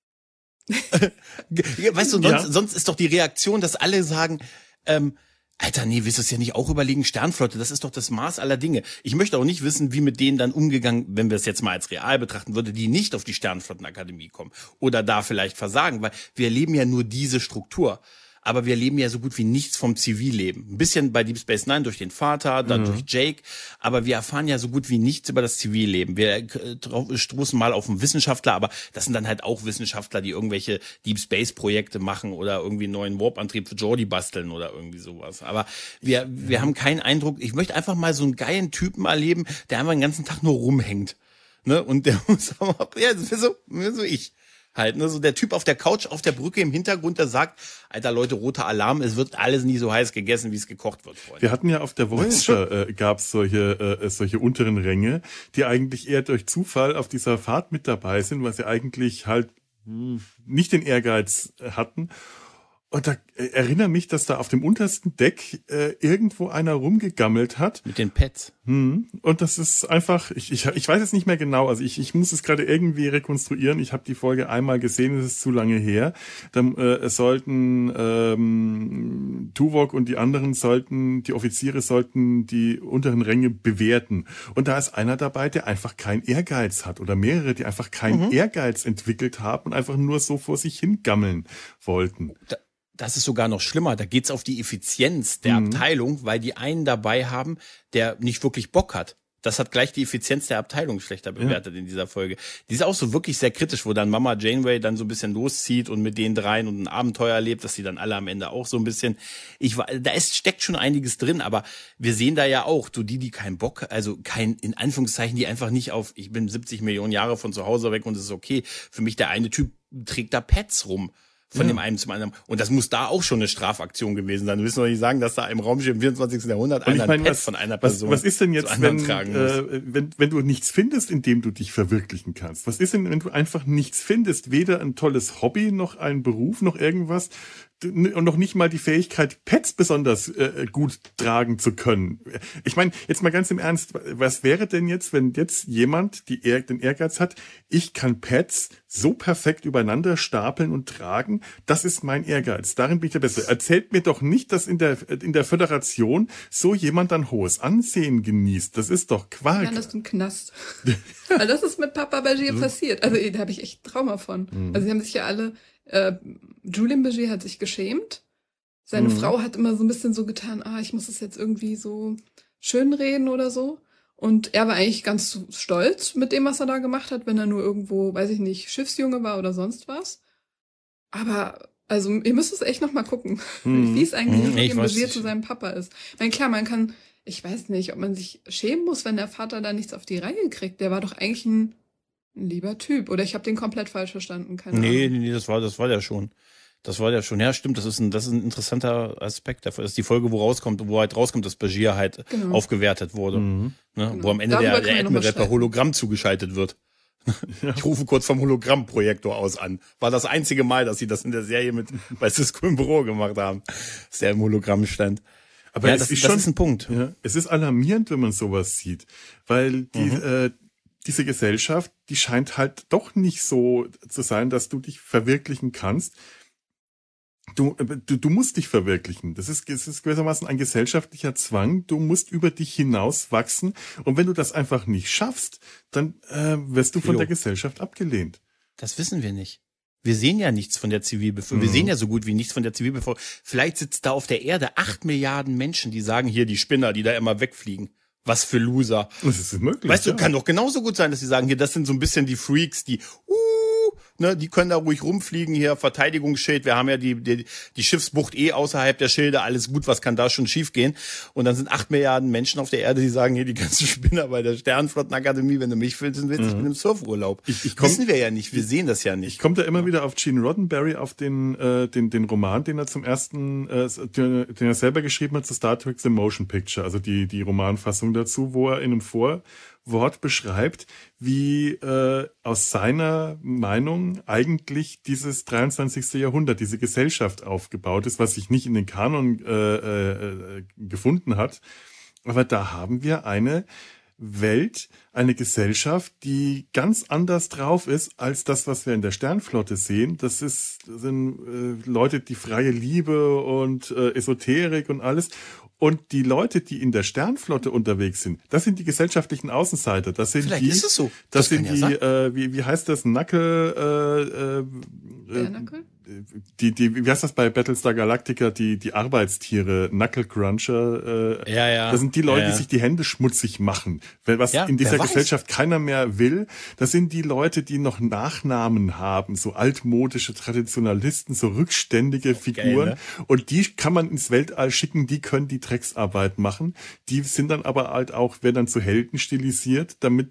Weißt du, sonst ist doch die Reaktion, dass alle sagen, Alter, nee, willst du es ja nicht auch überlegen? Sternflotte, das ist doch das Maß aller Dinge. Ich möchte auch nicht wissen, wie mit denen dann umgegangen, wenn wir es jetzt mal als real betrachten würde, die nicht auf die Sternflottenakademie kommen oder da vielleicht versagen, weil wir erleben ja nur diese Struktur. Aber wir erleben ja so gut wie nichts vom Zivilleben. Ein bisschen bei Deep Space Nine durch den Vater, dann durch Jake. Aber wir erfahren ja so gut wie nichts über das Zivilleben. Wir stoßen mal auf einen Wissenschaftler, aber das sind dann halt auch Wissenschaftler, die irgendwelche Deep Space Projekte machen oder irgendwie einen neuen Warp-Antrieb für Geordi basteln oder irgendwie sowas. Aber wir haben keinen Eindruck. Ich möchte einfach mal so einen geilen Typen erleben, der einfach den ganzen Tag nur rumhängt. Ne? Und der muss aber, das ist so ich. Halt, ne, so der Typ auf der Couch, auf der Brücke im Hintergrund, der sagt, Alter Leute, roter Alarm, es wird alles nie so heiß gegessen, wie es gekocht wird, Freunde. Wir hatten ja auf der Voyager, gab's solche unteren Ränge, die eigentlich eher durch Zufall auf dieser Fahrt mit dabei sind, weil sie eigentlich halt nicht den Ehrgeiz hatten. Und da erinnere mich, dass da auf dem untersten Deck irgendwo einer rumgegammelt hat. Mit den Pets. Und das ist einfach, ich weiß jetzt nicht mehr genau, also ich muss es gerade irgendwie rekonstruieren. Ich habe die Folge einmal gesehen, es ist zu lange her. Dann sollten Tuvok und die anderen die Offiziere sollten die unteren Ränge bewerten. Und da ist einer dabei, der einfach keinen Ehrgeiz hat oder mehrere, die einfach keinen Ehrgeiz entwickelt haben und einfach nur so vor sich hingammeln wollten. Das ist sogar noch schlimmer. Da geht's auf die Effizienz der Abteilung, weil die einen dabei haben, der nicht wirklich Bock hat. Das hat gleich die Effizienz der Abteilung schlechter bewertet in dieser Folge. Die ist auch so wirklich sehr kritisch, wo dann Mama Janeway dann so ein bisschen loszieht und mit den dreien und ein Abenteuer erlebt, dass sie dann alle am Ende auch so ein bisschen, steckt schon einiges drin, aber wir sehen da ja auch, die keinen Bock, also in Anführungszeichen, die einfach nicht auf, ich bin 70 Millionen Jahre von zu Hause weg und es ist okay. Für mich der eine Typ trägt da Pads rum. Von dem einen zum anderen. Und das muss da auch schon eine Strafaktion gewesen sein. Wir müssen doch nicht sagen, dass da im Raumschiff im 24. Jahrhundert einer ein Pad von einer Person was ist denn jetzt, wenn du nichts findest, in dem du dich verwirklichen kannst? Was ist denn, wenn du einfach nichts findest? Weder ein tolles Hobby, noch einen Beruf, noch irgendwas und noch nicht mal die Fähigkeit, Pets besonders gut tragen zu können. Ich meine, jetzt mal ganz im Ernst, was wäre denn jetzt, wenn jetzt jemand den Ehrgeiz hat, ich kann Pets so perfekt übereinander stapeln und tragen, das ist mein Ehrgeiz, darin bin ich der Beste. Erzählt mir doch nicht, dass in der Föderation so jemand dann hohes Ansehen genießt. Das ist doch Quark. Ja, das ist ein Knast. Weil das ist mit Papa Begier passiert. Also da habe ich echt Trauma von. Also sie haben sich ja alle Julian Begier hat sich geschämt. Seine Frau hat immer so ein bisschen so getan, ich muss es jetzt irgendwie so schönreden oder so. Und er war eigentlich ganz stolz mit dem, was er da gemacht hat, wenn er nur irgendwo, weiß ich nicht, Schiffsjunge war oder sonst was. Aber, also, ihr müsst es echt noch mal gucken, wie es eigentlich Julian Begier zu seinem Papa ist. Ich meine, klar, man kann, ich weiß nicht, ob man sich schämen muss, wenn der Vater da nichts auf die Reihe kriegt. Der war doch eigentlich ein lieber Typ. Oder ich habe den komplett falsch verstanden. Keine Ahnung. Nee, das war der schon. Das war der schon. Ja, stimmt, das ist ein interessanter Aspekt. Das ist die Folge, wo halt rauskommt, dass Begier halt aufgewertet wurde. Ne? Genau. Wo am Ende der Admiral per Hologramm zugeschaltet wird. Ich rufe kurz vom Hologrammprojektor aus an. War das einzige Mal, dass sie das in der Serie bei Cisco im Büro gemacht haben. Dass der im Hologramm stand. Aber ja, das ist ein Punkt. Ja, es ist alarmierend, wenn man sowas sieht. Weil diese Gesellschaft, die scheint halt doch nicht so zu sein, dass du dich verwirklichen kannst. Du musst dich verwirklichen. Das ist gewissermaßen ein gesellschaftlicher Zwang. Du musst über dich hinaus wachsen. Und wenn du das einfach nicht schaffst, dann wirst du von der Gesellschaft abgelehnt. Das wissen wir nicht. Wir sehen ja nichts von der Zivilbevölkerung. Wir sehen ja so gut wie nichts von der Zivilbevölkerung. Vielleicht sitzt da auf der Erde 8 Milliarden Menschen, die sagen, hier die Spinner, die da immer wegfliegen. Was für Loser. Das ist möglich. Weißt du, kann doch genauso gut sein, dass sie sagen, hier, das sind so ein bisschen die Freaks, die, die können da ruhig rumfliegen, hier, Verteidigungsschild, wir haben ja die Schiffsbucht außerhalb der Schilde, alles gut, was kann da schon schief gehen? Und dann sind 8 Milliarden Menschen auf der Erde, die sagen, hier, die ganzen Spinner bei der Sternenflottenakademie, wenn du mich willst, ich bin im Surfurlaub. Wissen wir ja nicht, wir sehen das ja nicht. Ich komme da immer wieder auf Gene Roddenberry, auf den Roman, den er den er selber geschrieben hat zu Star Trek The Motion Picture, also die Romanfassung dazu, wo er in einem Vorwort beschreibt, wie aus seiner Meinung eigentlich dieses 23. Jahrhundert, diese Gesellschaft aufgebaut ist, was sich nicht in den Kanon gefunden hat. Aber da haben wir eine Welt, eine Gesellschaft, die ganz anders drauf ist als das, was wir in der Sternflotte sehen. Das sind Leute, die freie Liebe und Esoterik und alles. Und die Leute, die in der Sternflotte unterwegs sind, das sind die gesellschaftlichen Außenseiter. Das sind Vielleicht die. Ist es so. Das sind die. Wie heißt das? Knuckle. Wie heißt das bei Battlestar Galactica? Die Arbeitstiere, Knuckle Cruncher. Das sind die Leute, die sich die Hände schmutzig machen. Was in dieser Gesellschaft keiner mehr will. Das sind die Leute, die noch Nachnamen haben, so altmodische Traditionalisten, so rückständige Figuren. Geil, ne? Und die kann man ins Weltall schicken. Die können die Drecksarbeit machen. Die sind dann aber halt auch, werden dann zu Helden stilisiert, damit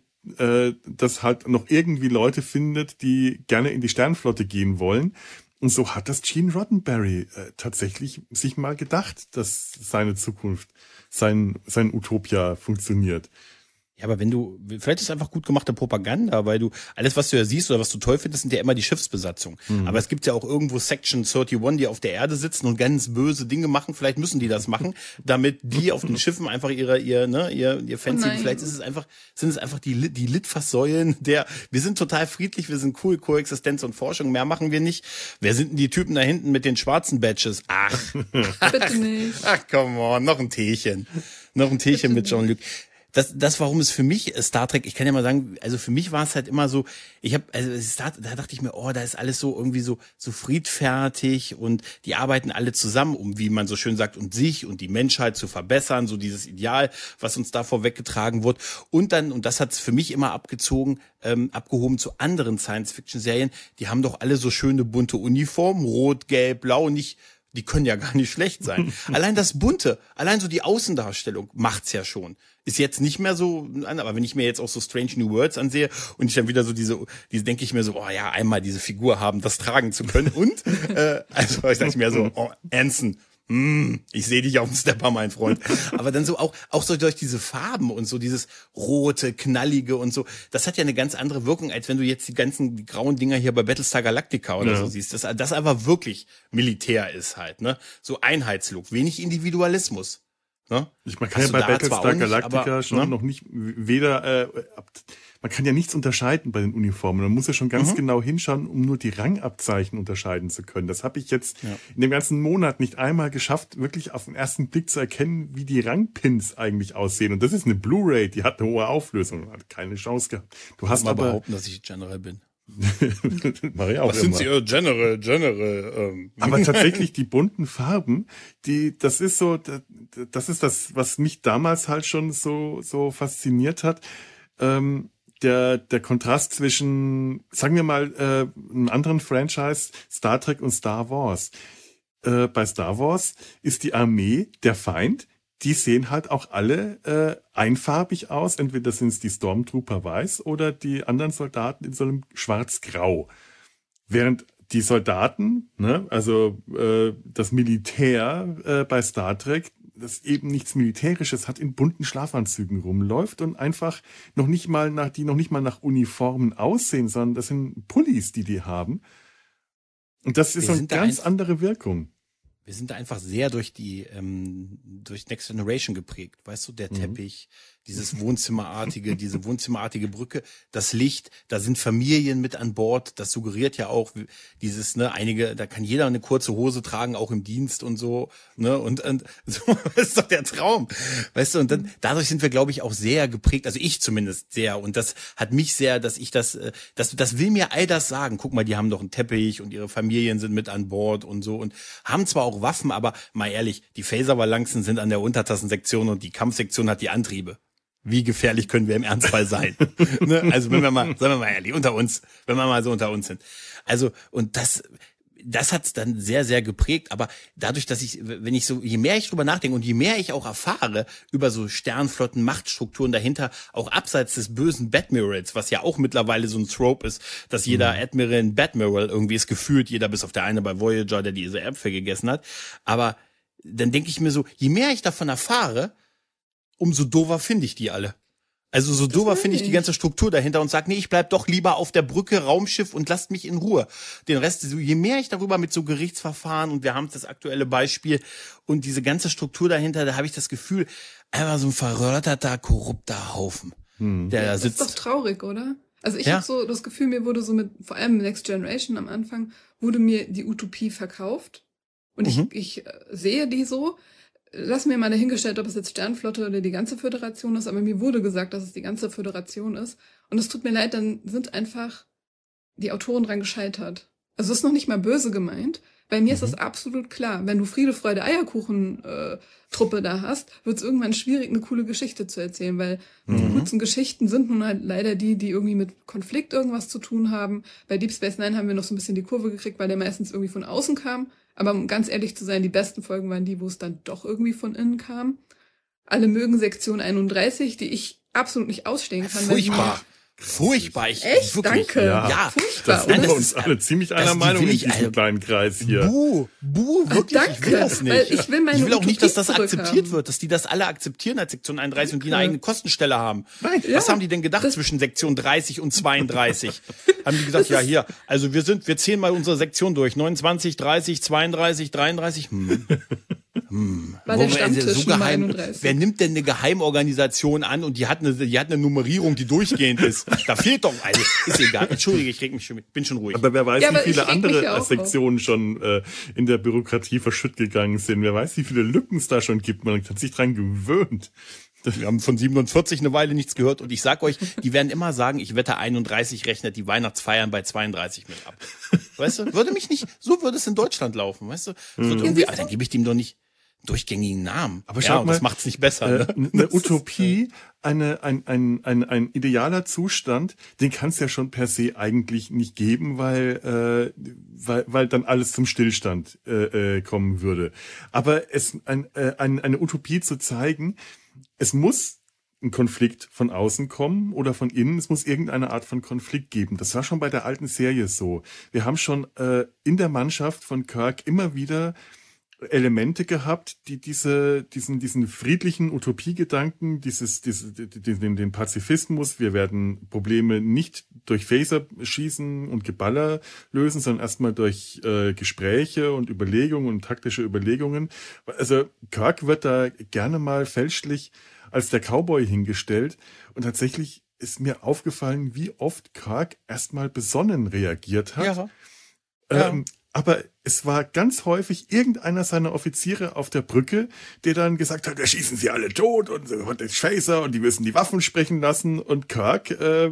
das halt noch irgendwie Leute findet, die gerne in die Sternflotte gehen wollen. Und so hat das Gene Roddenberry tatsächlich sich mal gedacht, dass seine Zukunft, sein Utopia funktioniert. Ja, aber vielleicht ist es einfach gut gemachte Propaganda, weil alles, was du ja siehst oder was du toll findest, sind ja immer die Schiffsbesatzung. Aber es gibt ja auch irgendwo Section 31, die auf der Erde sitzen und ganz böse Dinge machen. Vielleicht müssen die das machen, damit die auf den Schiffen einfach ihr Fancy, vielleicht sind es einfach die Litfaßsäulen wir sind total friedlich, wir sind cool, Koexistenz und Forschung, mehr machen wir nicht. Wer sind denn die Typen da hinten mit den schwarzen Badges? Ach. Bitte nicht. Ach, come on, noch ein Teechen mit Jean-Luc. Das, warum es für mich Star Trek, ich kann ja mal sagen, also für mich war es halt immer so, da dachte ich mir, da ist alles so irgendwie so friedfertig und die arbeiten alle zusammen, um, wie man so schön sagt, um sich und die Menschheit zu verbessern, so dieses Ideal, was uns da vorweggetragen wird. Und das hat es für mich immer abgehoben zu anderen Science-Fiction-Serien, die haben doch alle so schöne bunte Uniformen, rot, gelb, blau, die können ja gar nicht schlecht sein. Allein das Bunte, allein so die Außendarstellung macht's ja schon. Ist jetzt nicht mehr so, aber wenn ich mir jetzt auch so Strange New Worlds ansehe und ich dann wieder so diese denke ich mir so, einmal diese Figur haben, das tragen zu können. Und, ich sag mir so, Anson, ich sehe dich auf dem Stepper, mein Freund. Aber dann so auch so durch diese Farben und so dieses rote, knallige und so, das hat ja eine ganz andere Wirkung, als wenn du jetzt die grauen Dinger hier bei Battlestar Galactica oder so siehst. Das einfach wirklich Militär ist halt, ne? So Einheitslook, wenig Individualismus. Ne? Man kann ja bei Battlestar Galactica schon noch nicht man kann ja nichts unterscheiden bei den Uniformen. Man muss ja schon ganz genau hinschauen, um nur die Rangabzeichen unterscheiden zu können. Das habe ich jetzt in dem ganzen Monat nicht einmal geschafft, wirklich auf den ersten Blick zu erkennen, wie die Rangpins eigentlich aussehen. Und das ist eine Blu-ray, die hat eine hohe Auflösung, hat keine Chance gehabt. Du hast aber behaupten, dass ich General bin. Maria auch was sind Sie, General? Aber tatsächlich die bunten Farben, das ist das, was mich damals halt schon so fasziniert hat. Der Kontrast zwischen, sagen wir mal, einem anderen Franchise, Star Trek und Star Wars. Bei Star Wars ist die Armee der Feind. Die sehen halt auch alle einfarbig aus. Entweder sind es die Stormtrooper weiß oder die anderen Soldaten in so einem schwarz-grau. Während die Soldaten, also das Militär bei Star Trek, das eben nichts Militärisches hat, in bunten Schlafanzügen rumläuft und einfach noch nicht mal nach Uniformen aussehen, sondern das sind Pullis, die haben. Und das ist so eine ganz andere Wirkung. wir sind da einfach sehr durch Next Generation geprägt. Weißt du, der Teppich, dieses diese wohnzimmerartige Brücke, das Licht, da sind Familien mit an Bord. Das suggeriert ja auch dieses, da kann jeder eine kurze Hose tragen, auch im Dienst und so, ne, und so, das ist doch der Traum. Weißt du, und dann, dadurch sind wir, glaube ich, auch sehr geprägt, also ich zumindest sehr, und das hat mich sehr, das will mir all das sagen. Guck mal, die haben doch einen Teppich und ihre Familien sind mit an Bord und so und haben zwar auch Waffen, aber mal ehrlich, die Phaser-Balancen sind an der Untertassensektion und die Kampfsektion hat die Antriebe. Wie gefährlich können wir im Ernstfall sein? Ne? Also wenn wir mal, sagen wir mal ehrlich, unter uns, wenn wir mal so unter uns sind. Also, und das hat's dann sehr, sehr geprägt. Aber dadurch, dass je mehr ich drüber nachdenke und je mehr ich auch erfahre über so Sternflotten, Machtstrukturen dahinter, auch abseits des bösen Badmirals, was ja auch mittlerweile so ein Trope ist, dass jeder Admiral ein Badmiral irgendwie ist, gefühlt jeder bis auf der eine bei Voyager, der diese Äpfel gegessen hat. Aber dann denke ich mir so, je mehr ich davon erfahre, umso dover finde ich die alle. Also so dover finde ich die ganze Struktur dahinter und sag, nee, ich bleib doch lieber auf der Brücke, Raumschiff und lasst mich in Ruhe. Den Rest, je mehr ich darüber mit so Gerichtsverfahren und wir haben das aktuelle Beispiel und diese ganze Struktur dahinter, da habe ich das Gefühl, einfach so ein verrotterter, korrupter Haufen, der da sitzt. Das ist doch traurig, oder? Also ich habe so das Gefühl, mir wurde so vor allem Next Generation am Anfang, wurde mir die Utopie verkauft und ich sehe die so. Lass mir mal dahingestellt, ob es jetzt Sternflotte oder die ganze Föderation ist, aber mir wurde gesagt, dass es die ganze Föderation ist. Und es tut mir leid, dann sind einfach die Autoren dran gescheitert. Also es ist noch nicht mal böse gemeint. Bei mir ist das absolut klar. Wenn du Friede, Freude, Eierkuchen-Truppe da hast, wird es irgendwann schwierig, eine coole Geschichte zu erzählen, weil die coolsten Geschichten sind nun halt leider die irgendwie mit Konflikt irgendwas zu tun haben. Bei Deep Space Nine haben wir noch so ein bisschen die Kurve gekriegt, weil der meistens irgendwie von außen kam. Aber um ganz ehrlich zu sein, die besten Folgen waren die, wo es dann doch irgendwie von innen kam. Alle mögen Sektion 31, die ich absolut nicht ausstehen kann. Furchtbar. Echt? Wirklich, Danke. Ja, furchtbar. Das sind wir uns alle ziemlich einer Meinung in diesem kleinen Kreis hier. Wirklich, danke, ich will das nicht. Weil ich will auch nicht, dass das Utopie akzeptiert zurückhaben. wird, dass die das alle akzeptieren als Sektion 31 und die eine eigene Kostenstelle haben. Ja. Was haben die denn gedacht zwischen Sektion 30 und 32? Haben die gesagt, ja hier, also wir zählen mal unsere Sektion durch. 29, 30, 32, 33. War der Stammtisch Nummer 31. Wer nimmt denn eine Geheimorganisation an und die hat eine Nummerierung, die durchgehend ist? Da fehlt doch, also ist egal. Entschuldige, bin schon ruhig. Aber wer weiß, wie viele andere Sektionen auf. schon in der Bürokratie verschütt gegangen sind. Wer weiß, wie viele Lücken es da schon gibt. Man hat sich dran gewöhnt. Wir haben von 47 eine Weile nichts gehört und ich sag euch, die werden immer sagen, ich wette 31 rechnet die Weihnachtsfeiern bei 32 mit ab. Weißt du, so würde es in Deutschland laufen, weißt du? Aber dann gebe ich dem doch nicht durchgängigen Namen. Aber schau mal, das macht's nicht besser. Eine Utopie, ein idealer Zustand, den kann es ja schon per se eigentlich nicht geben, weil dann alles zum Stillstand kommen würde. Aber eine Utopie zu zeigen, es muss ein Konflikt von außen kommen oder von innen. Es muss irgendeine Art von Konflikt geben. Das war schon bei der alten Serie so. Wir haben schon in der Mannschaft von Kirk immer wieder Elemente gehabt, die diesen friedlichen Utopiegedanken, den Pazifismus, wir werden Probleme nicht durch Phaser schießen und Geballer lösen, sondern erstmal durch Gespräche und Überlegungen und taktische Überlegungen. Also Kirk wird da gerne mal fälschlich als der Cowboy hingestellt und tatsächlich ist mir aufgefallen, wie oft Kirk erstmal besonnen reagiert hat. Ja. Aber es war ganz häufig irgendeiner seiner Offiziere auf der Brücke, der dann gesagt hat, wir schießen sie alle tot und den Phaser und die müssen die Waffen sprechen lassen und Kirk,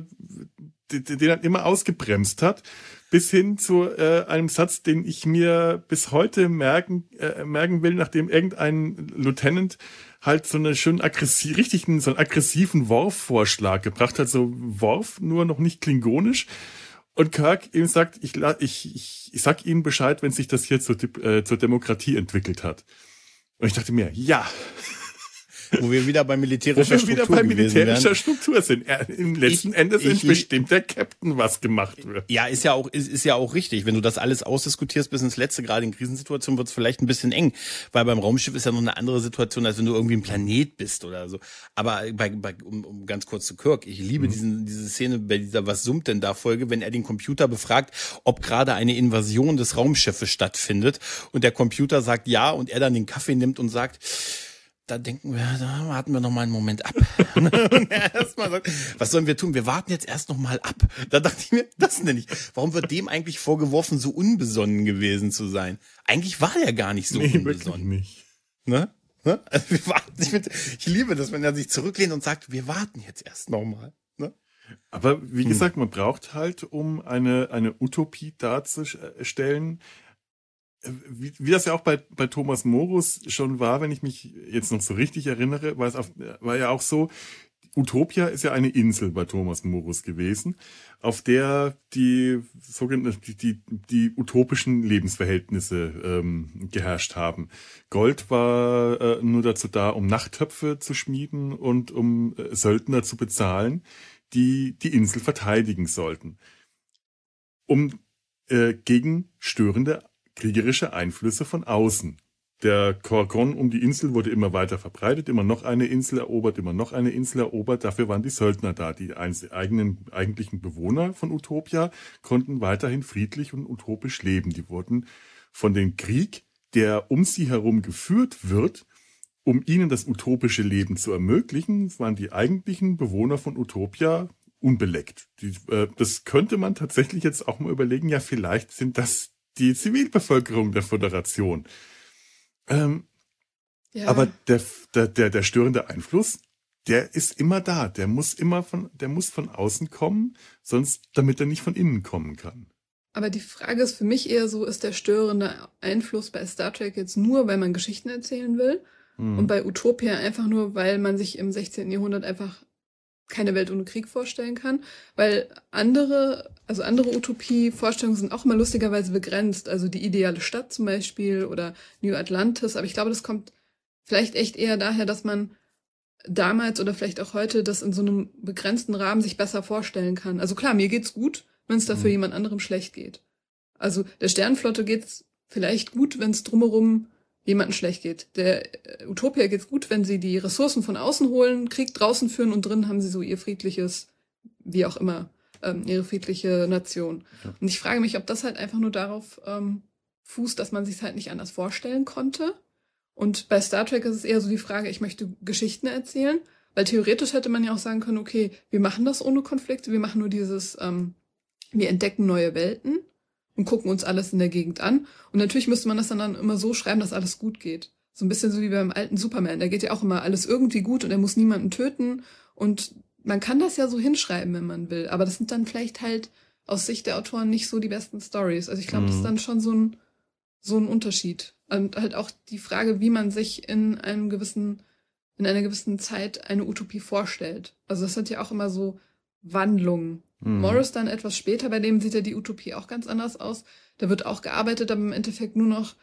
den dann immer ausgebremst hat, bis hin zu einem Satz, den ich mir bis heute merken will, nachdem irgendein Lieutenant halt so einen schönen so einen aggressiven Worf-Vorschlag gebracht hat, so Worf, nur noch nicht klingonisch. Und Kirk eben sagt, ich sag Ihnen Bescheid, wenn sich das hier zur Demokratie entwickelt hat. Und ich dachte mir, ja. Wo wir wieder bei militärischer Struktur sind. Im letzten Endes bestimmt der Captain, was gemacht wird. Ja, ist ja auch richtig. Wenn du das alles ausdiskutierst bis ins Letzte, gerade in Krisensituationen, wird es vielleicht ein bisschen eng. Weil beim Raumschiff ist ja noch eine andere Situation, als wenn du irgendwie ein Planet bist oder so. Aber um ganz kurz zu Kirk, ich liebe diese Szene bei dieser "Was summt denn da" Folge, wenn er den Computer befragt, ob gerade eine Invasion des Raumschiffes stattfindet. Und der Computer sagt ja und er dann den Kaffee nimmt und sagt, da warten wir noch mal einen Moment ab. Und er erstmal sagt, was sollen wir tun? Wir warten jetzt erst noch mal ab. Da dachte ich mir, das nenne ich. Warum wird dem eigentlich vorgeworfen, so unbesonnen gewesen zu sein? Eigentlich war er gar nicht so unbesonnen. Nicht. Ne? Also wir warten. Ich liebe das, wenn er sich zurücklehnt und sagt, wir warten jetzt erst noch mal. Ne? Aber wie gesagt, man braucht halt, um eine Utopie darzustellen, wie das ja auch bei Thomas Morus schon war, wenn ich mich jetzt noch so richtig erinnere, war ja auch so, Utopia ist ja eine Insel bei Thomas Morus gewesen, auf der die utopischen Lebensverhältnisse geherrscht haben. Gold war nur dazu da, um Nachttöpfe zu schmieden und um Söldner zu bezahlen, die Insel verteidigen sollten, um gegen störende kriegerische Einflüsse von außen. Der Kokon um die Insel wurde immer weiter verbreitet, immer noch eine Insel erobert. Dafür waren die Söldner da. Die eigentlichen Bewohner von Utopia konnten weiterhin friedlich und utopisch leben. Die wurden von dem Krieg, der um sie herum geführt wird, um ihnen das utopische Leben zu ermöglichen, waren die eigentlichen Bewohner von Utopia unbeleckt. Das könnte man tatsächlich jetzt auch mal überlegen. Ja, vielleicht sind das die Zivilbevölkerung der Föderation. Ja. Aber der störende Einfluss, der ist immer da. Der muss von außen kommen, sonst, damit er nicht von innen kommen kann. Aber die Frage ist für mich eher so, ist der störende Einfluss bei Star Trek jetzt nur, weil man Geschichten erzählen will? Und bei Utopia einfach nur, weil man sich im 16. Jahrhundert einfach keine Welt ohne Krieg vorstellen kann, weil andere Utopie-Vorstellungen sind auch immer lustigerweise begrenzt, also die ideale Stadt zum Beispiel oder New Atlantis, aber ich glaube, das kommt vielleicht echt eher daher, dass man damals oder vielleicht auch heute das in so einem begrenzten Rahmen sich besser vorstellen kann. Also klar, mir geht's gut, wenn es dafür jemand anderem schlecht geht. Also der Sternenflotte geht's vielleicht gut, wenn es drumherum jemandem schlecht geht. Der Utopia geht's gut, wenn sie die Ressourcen von außen holen, Krieg draußen führen und drin haben sie so ihr friedliches, wie auch immer, ihre friedliche Nation. Ja. Und ich frage mich, ob das halt einfach nur darauf fußt, dass man sich halt nicht anders vorstellen konnte. Und bei Star Trek ist es eher so die Frage, ich möchte Geschichten erzählen, weil theoretisch hätte man ja auch sagen können, okay, wir machen das ohne Konflikte, wir machen nur dieses, wir entdecken neue Welten und gucken uns alles in der Gegend an. Und natürlich müsste man das dann immer so schreiben, dass alles gut geht. So ein bisschen so wie beim alten Superman. Da geht ja auch immer alles irgendwie gut und er muss niemanden töten. Und man kann das ja so hinschreiben, wenn man will. Aber das sind dann vielleicht halt aus Sicht der Autoren nicht so die besten Stories. Also ich glaube, das ist dann schon so ein Unterschied. Und halt auch die Frage, wie man sich in einer gewissen Zeit eine Utopie vorstellt. Also das sind ja auch immer so Wandlungen. Morris dann etwas später, bei dem sieht ja die Utopie auch ganz anders aus. Da wird auch gearbeitet, aber im Endeffekt nur noch,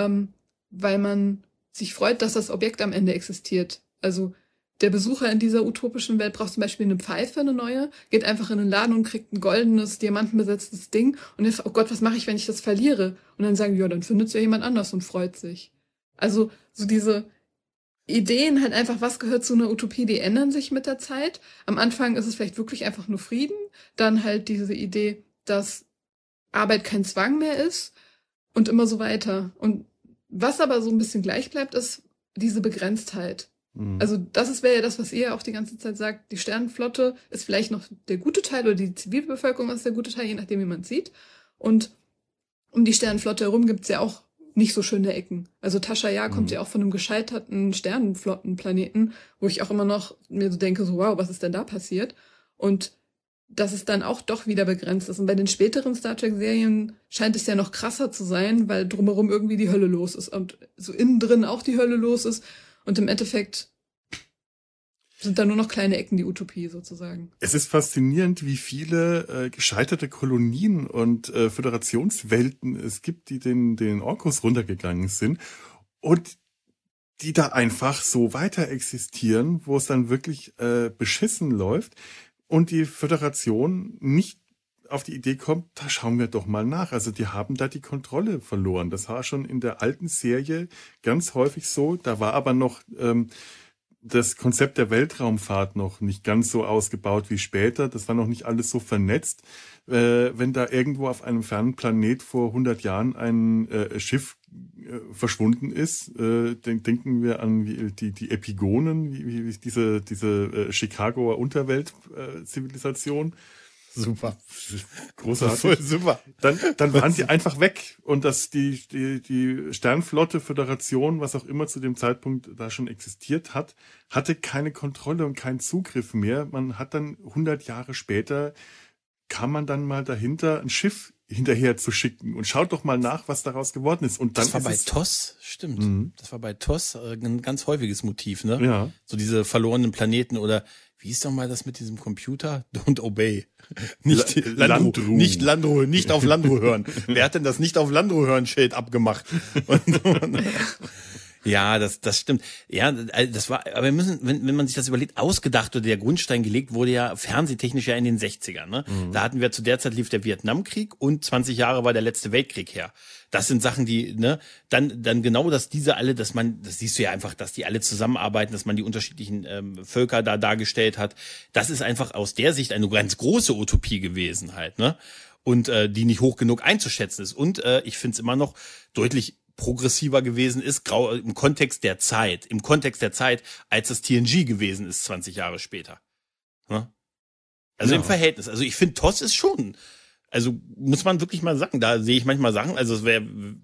weil man sich freut, dass das Objekt am Ende existiert. Also der Besucher in dieser utopischen Welt braucht zum Beispiel eine Pfeife, eine neue, geht einfach in den Laden und kriegt ein goldenes, diamantenbesetztes Ding und jetzt, oh Gott, was mache ich, wenn ich das verliere? Und dann sagen, ja, dann findet es ja jemand anders und freut sich. Also so diese Ideen halt einfach, was gehört zu einer Utopie, die ändern sich mit der Zeit. Am Anfang ist es vielleicht wirklich einfach nur Frieden, dann halt diese Idee, dass Arbeit kein Zwang mehr ist und immer so weiter. Und was aber so ein bisschen gleich bleibt, ist diese Begrenztheit. Also wäre ja das, was ihr auch die ganze Zeit sagt, die Sternenflotte ist vielleicht noch der gute Teil oder die Zivilbevölkerung ist der gute Teil, je nachdem, wie man es sieht. Und um die Sternenflotte herum gibt's ja auch nicht so schöne Ecken. Also Tascha Yar kommt ja auch von einem gescheiterten Sternenflottenplaneten, wo ich auch immer noch mir so denke, so wow, was ist denn da passiert? Und dass es dann auch doch wieder begrenzt ist. Und bei den späteren Star Trek-Serien scheint es ja noch krasser zu sein, weil drumherum irgendwie die Hölle los ist und so innen drin auch die Hölle los ist. Und im Endeffekt sind da nur noch kleine Ecken die Utopie sozusagen. Es ist faszinierend, wie viele gescheiterte Kolonien und Föderationswelten es gibt, die den Orkus runtergegangen sind. Und die da einfach so weiter existieren, wo es dann wirklich beschissen läuft und die Föderation nicht auf die Idee kommt, da schauen wir doch mal nach. Also die haben da die Kontrolle verloren. Das war schon in der alten Serie ganz häufig so. Da war aber noch das Konzept der Weltraumfahrt noch nicht ganz so ausgebaut wie später. Das war noch nicht alles so vernetzt. Wenn da irgendwo auf einem fernen Planet vor 100 Jahren ein Schiff verschwunden ist, denken wir an die Epigonen, wie diese Chicagoer Unterwelt-Zivilisation. Super. Großartig. Voll super. Dann waren sie einfach weg. Und dass die Sternflotte, Föderation, was auch immer zu dem Zeitpunkt da schon existiert hat, hatte keine Kontrolle und keinen Zugriff mehr. Man hat dann 100 Jahre später, kam man dann mal dahinter, ein Schiff hinterher zu schicken und schaut doch mal nach, was daraus geworden ist. Und dann das war bei TOS, stimmt. Das war bei TOS ein ganz häufiges Motiv, ne? Ja. So diese verlorenen Planeten oder wie ist doch mal das mit diesem Computer? Don't obey. Nicht Landru. Nicht Landru, nicht auf Landru hören. Wer hat denn das nicht auf Landru hören Schild abgemacht? Ja, das stimmt. Ja, das war, aber wir müssen, wenn man sich das überlegt, ausgedacht oder der Grundstein gelegt wurde ja fernsehtechnisch ja in den 60ern, ne? Da hatten wir zu der Zeit lief der Vietnamkrieg und 20 Jahre war der letzte Weltkrieg her. Das sind Sachen, die, ne, dann genau, dass diese alle, das siehst du ja einfach, dass die alle zusammenarbeiten, dass man die unterschiedlichen Völker da dargestellt hat. Das ist einfach aus der Sicht eine ganz große Utopie gewesen halt, ne? Und die nicht hoch genug einzuschätzen ist. Und ich finde es immer noch deutlich progressiver gewesen ist, im Kontext der Zeit, als das TNG gewesen ist 20 Jahre später. Ne? Also im Verhältnis. Also ich finde, TOS ist schon, also muss man wirklich mal sagen, da sehe ich manchmal Sachen, also es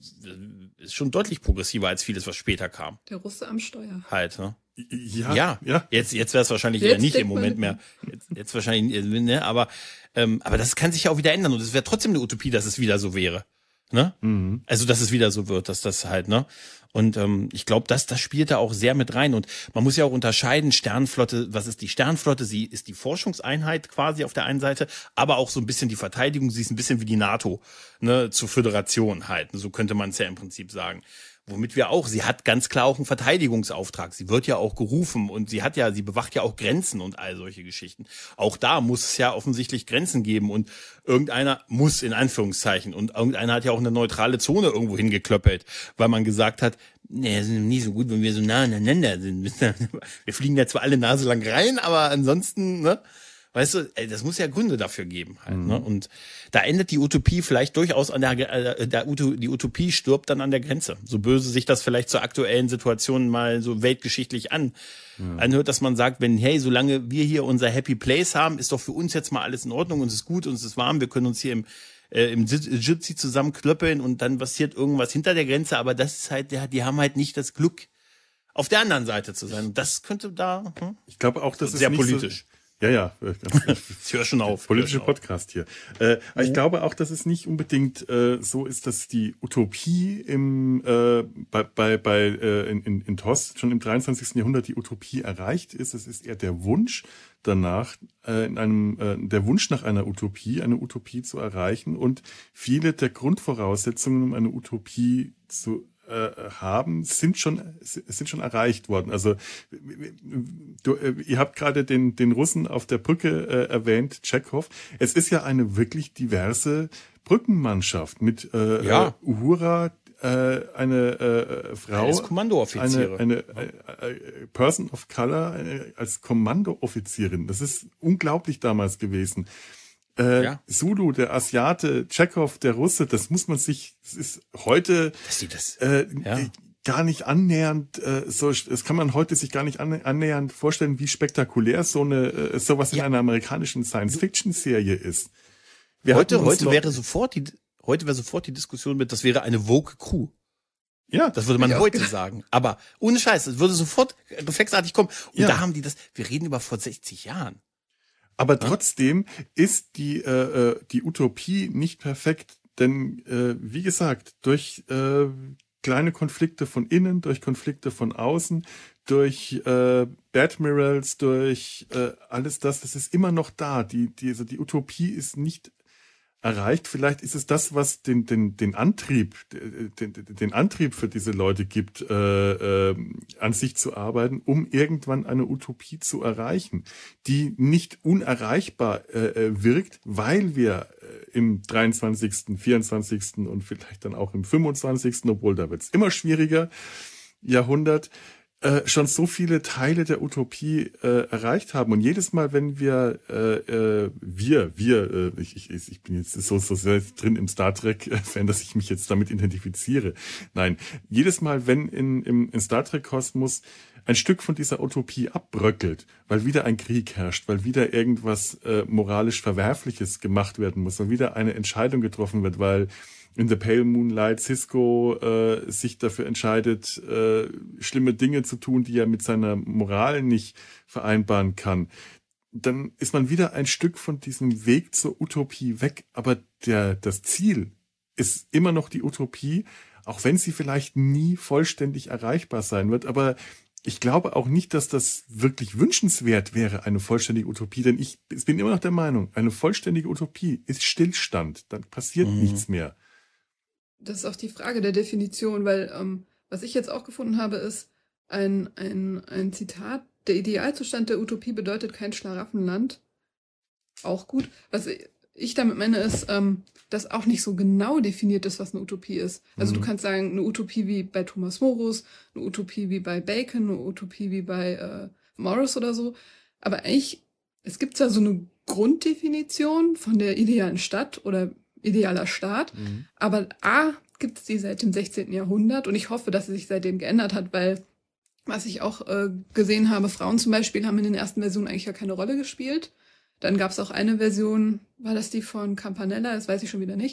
ist schon deutlich progressiver als vieles, was später kam. Der Russe am Steuer. Halt, ne? Ja. Jetzt wäre es wahrscheinlich eher nicht im Moment mehr. Jetzt wahrscheinlich, ne? Aber das kann sich ja auch wieder ändern und es wäre trotzdem eine Utopie, dass es wieder so wäre. Ne? Mhm. Also, dass es wieder so wird, dass das halt, ne? Und ich glaube, das spielt da auch sehr mit rein. Und man muss ja auch unterscheiden, Sternenflotte, was ist die Sternenflotte? Sie ist die Forschungseinheit quasi auf der einen Seite, aber auch so ein bisschen die Verteidigung. Sie ist ein bisschen wie die NATO, ne, zur Föderation halt. So könnte man es ja im Prinzip sagen. Womit sie hat ganz klar auch einen Verteidigungsauftrag. Sie wird ja auch gerufen und sie bewacht ja auch Grenzen und all solche Geschichten. Auch da muss es ja offensichtlich Grenzen geben und irgendeiner muss in Anführungszeichen und irgendeiner hat ja auch eine neutrale Zone irgendwo hingeklöppelt, weil man gesagt hat, nee, es ist nicht so gut, wenn wir so nah aneinander sind. Wir fliegen ja zwar alle Nase lang rein, aber ansonsten, ne? Weißt du, das muss ja Gründe dafür geben halt, ne? Und da endet die Utopie vielleicht durchaus an die Utopie stirbt dann an der Grenze. So böse sich das vielleicht zur aktuellen Situation mal so weltgeschichtlich anhört, dass man sagt, solange wir hier unser Happy Place haben, ist doch für uns jetzt mal alles in Ordnung, uns ist gut, uns ist warm, wir können uns hier im Jitsi zusammenklöppeln und dann passiert irgendwas hinter der Grenze, aber das ist halt, die haben halt nicht das Glück, auf der anderen Seite zu sein. Und das könnte da, ich glaube auch, das ist sehr nicht politisch. Ja. Ich höre schon auf. Politische Podcast hier. Ich glaube auch, dass es nicht unbedingt so ist, dass die Utopie in TOS schon im 23. Jahrhundert die Utopie erreicht ist. Es ist eher der Wunsch danach, der Wunsch nach einer Utopie, eine Utopie zu erreichen und viele der Grundvoraussetzungen, um eine Utopie zu haben, sind schon erreicht worden. Also ihr habt gerade den Russen auf der Brücke erwähnt, Tschechow. Es ist ja eine wirklich diverse Brückenmannschaft mit Uhura, eine Frau, als Kommandooffizierin, eine Person of Color als Kommandooffizierin. Das ist unglaublich damals gewesen. Sulu, der Asiate, Tschechow, der Russe, das ist heute gar nicht annähernd das kann man heute sich gar nicht annähernd vorstellen, wie spektakulär sowas in einer amerikanischen Science-Fiction-Serie ist. Heute wäre sofort die Diskussion das wäre eine Woke Crew. Ja, das würde man heute sagen. Aber ohne Scheiß, es würde sofort reflexartig kommen. Und da haben wir reden über vor 60 Jahren. Aber trotzdem ist die Utopie nicht perfekt, denn wie gesagt, durch kleine Konflikte von innen, durch Konflikte von außen, durch Admirals, durch alles das ist immer noch da. Die Utopie ist nicht erreicht. Vielleicht ist es das, was den Antrieb für diese Leute gibt, an sich zu arbeiten, um irgendwann eine Utopie zu erreichen, die nicht unerreichbar wirkt, weil wir im 23., 24. und vielleicht dann auch im 25., obwohl da wird es immer schwieriger, Jahrhundert, schon so viele Teile der Utopie erreicht haben. Und jedes Mal, wenn ich bin jetzt so sehr drin im Star Trek-Fan, dass ich mich jetzt damit identifiziere. Nein, jedes Mal, wenn im Star Trek-Kosmos ein Stück von dieser Utopie abbröckelt, weil wieder ein Krieg herrscht, weil wieder irgendwas moralisch Verwerfliches gemacht werden muss, weil wieder eine Entscheidung getroffen wird, weil in The Pale Moonlight Sisko sich dafür entscheidet, schlimme Dinge zu tun, die er mit seiner Moral nicht vereinbaren kann, dann ist man wieder ein Stück von diesem Weg zur Utopie weg. Aber das Ziel ist immer noch die Utopie, auch wenn sie vielleicht nie vollständig erreichbar sein wird. Aber ich glaube auch nicht, dass das wirklich wünschenswert wäre, eine vollständige Utopie. Denn ich bin immer noch der Meinung, eine vollständige Utopie ist Stillstand. Dann passiert nichts mehr. Das ist auch die Frage der Definition, weil was ich jetzt auch gefunden habe, ist ein Zitat: Der Idealzustand der Utopie bedeutet kein Schlaraffenland. Auch gut. Was ich damit meine, ist, dass auch nicht so genau definiert ist, was eine Utopie ist. Also du kannst sagen, eine Utopie wie bei Thomas Morus, eine Utopie wie bei Bacon, eine Utopie wie bei Morris oder so. Aber eigentlich, es gibt zwar so eine Grunddefinition von der idealen Stadt oder idealer Staat, aber gibt es die seit dem 16. Jahrhundert und ich hoffe, dass sie sich seitdem geändert hat, weil, was ich auch gesehen habe, Frauen zum Beispiel haben in den ersten Versionen eigentlich ja keine Rolle gespielt. Dann gab es auch eine Version, war das die von Campanella, das weiß ich schon wieder nicht,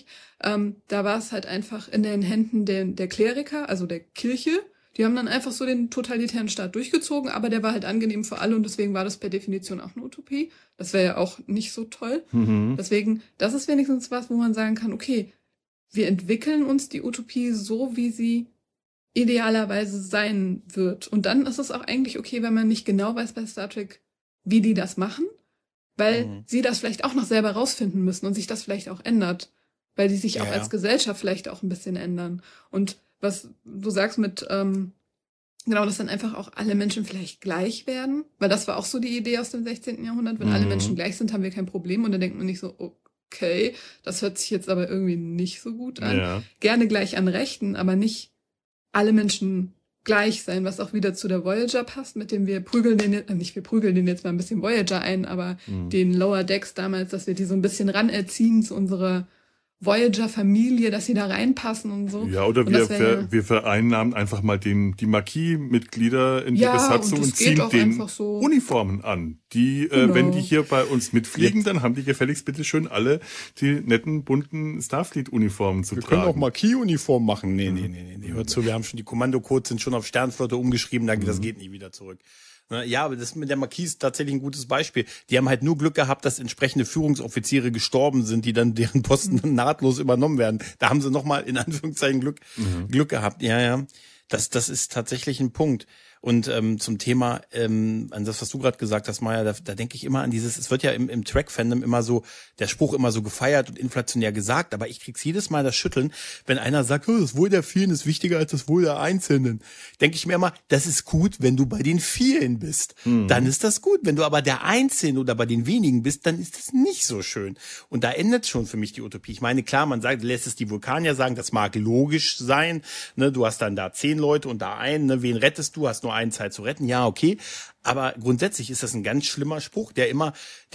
da war es halt einfach in den Händen der Kleriker, also der Kirche. Die haben dann einfach so den totalitären Staat durchgezogen, aber der war halt angenehm für alle und deswegen war das per Definition auch eine Utopie. Das wäre ja auch nicht so toll. Deswegen, das ist wenigstens was, wo man sagen kann, okay, wir entwickeln uns die Utopie so, wie sie idealerweise sein wird. Und dann ist es auch eigentlich okay, wenn man nicht genau weiß bei Star Trek, wie die das machen, weil sie das vielleicht auch noch selber rausfinden müssen und sich das vielleicht auch ändert, weil die sich auch als Gesellschaft vielleicht auch ein bisschen ändern. Und was du sagst mit, genau, dass dann einfach auch alle Menschen vielleicht gleich werden, weil das war auch so die Idee aus dem 16. Jahrhundert, wenn alle Menschen gleich sind, haben wir kein Problem und dann denkt man nicht so, okay, das hört sich jetzt aber irgendwie nicht so gut an. Ja. Gerne gleich an Rechten, aber nicht alle Menschen gleich sein, was auch wieder zu der Voyager passt, mit dem wir prügeln den jetzt mal ein bisschen Voyager ein, aber den Lower Decks damals, dass wir die so ein bisschen ranerziehen zu unserer Voyager-Familie, dass sie da reinpassen und so. Ja, oder wir vereinnahmen einfach mal die Marquis-Mitglieder in die Besatzung und ziehen den so Uniformen an. Die, wenn die hier bei uns mitfliegen, dann haben die gefälligst bitte schön alle die netten, bunten Starfleet-Uniformen zu tragen. Wir können auch Marquis-Uniformen machen. Nee. Hör zu, wir haben schon die Kommandocodes sind schon auf Sternflotte umgeschrieben, das geht nie wieder zurück. Ja, aber das mit der Marquis ist tatsächlich ein gutes Beispiel. Die haben halt nur Glück gehabt, dass entsprechende Führungsoffiziere gestorben sind, die dann deren Posten dann nahtlos übernommen werden. Da haben sie nochmal in Anführungszeichen Glück gehabt. Ja. Das ist tatsächlich ein Punkt. Und zum Thema, an das, was du gerade gesagt hast, Maja, da denke ich immer an dieses, es wird ja im Track-Fandom immer so, der Spruch immer so gefeiert und inflationär gesagt, aber ich krieg's jedes Mal das Schütteln, wenn einer sagt, das Wohl der Vielen ist wichtiger als das Wohl der Einzelnen. Denke ich mir immer, das ist gut, wenn du bei den Vielen bist. Dann ist das gut. Wenn du aber der Einzelne oder bei den Wenigen bist, dann ist das nicht so schön. Und da endet schon für mich die Utopie. Ich meine, klar, man lässt es die Vulkanier sagen, das mag logisch sein, ne, du hast dann da 10 Leute und da einen, ne, wen rettest du, hast nur eine Zeit zu retten, ja, okay. Aber grundsätzlich ist das ein ganz schlimmer Spruch, der immer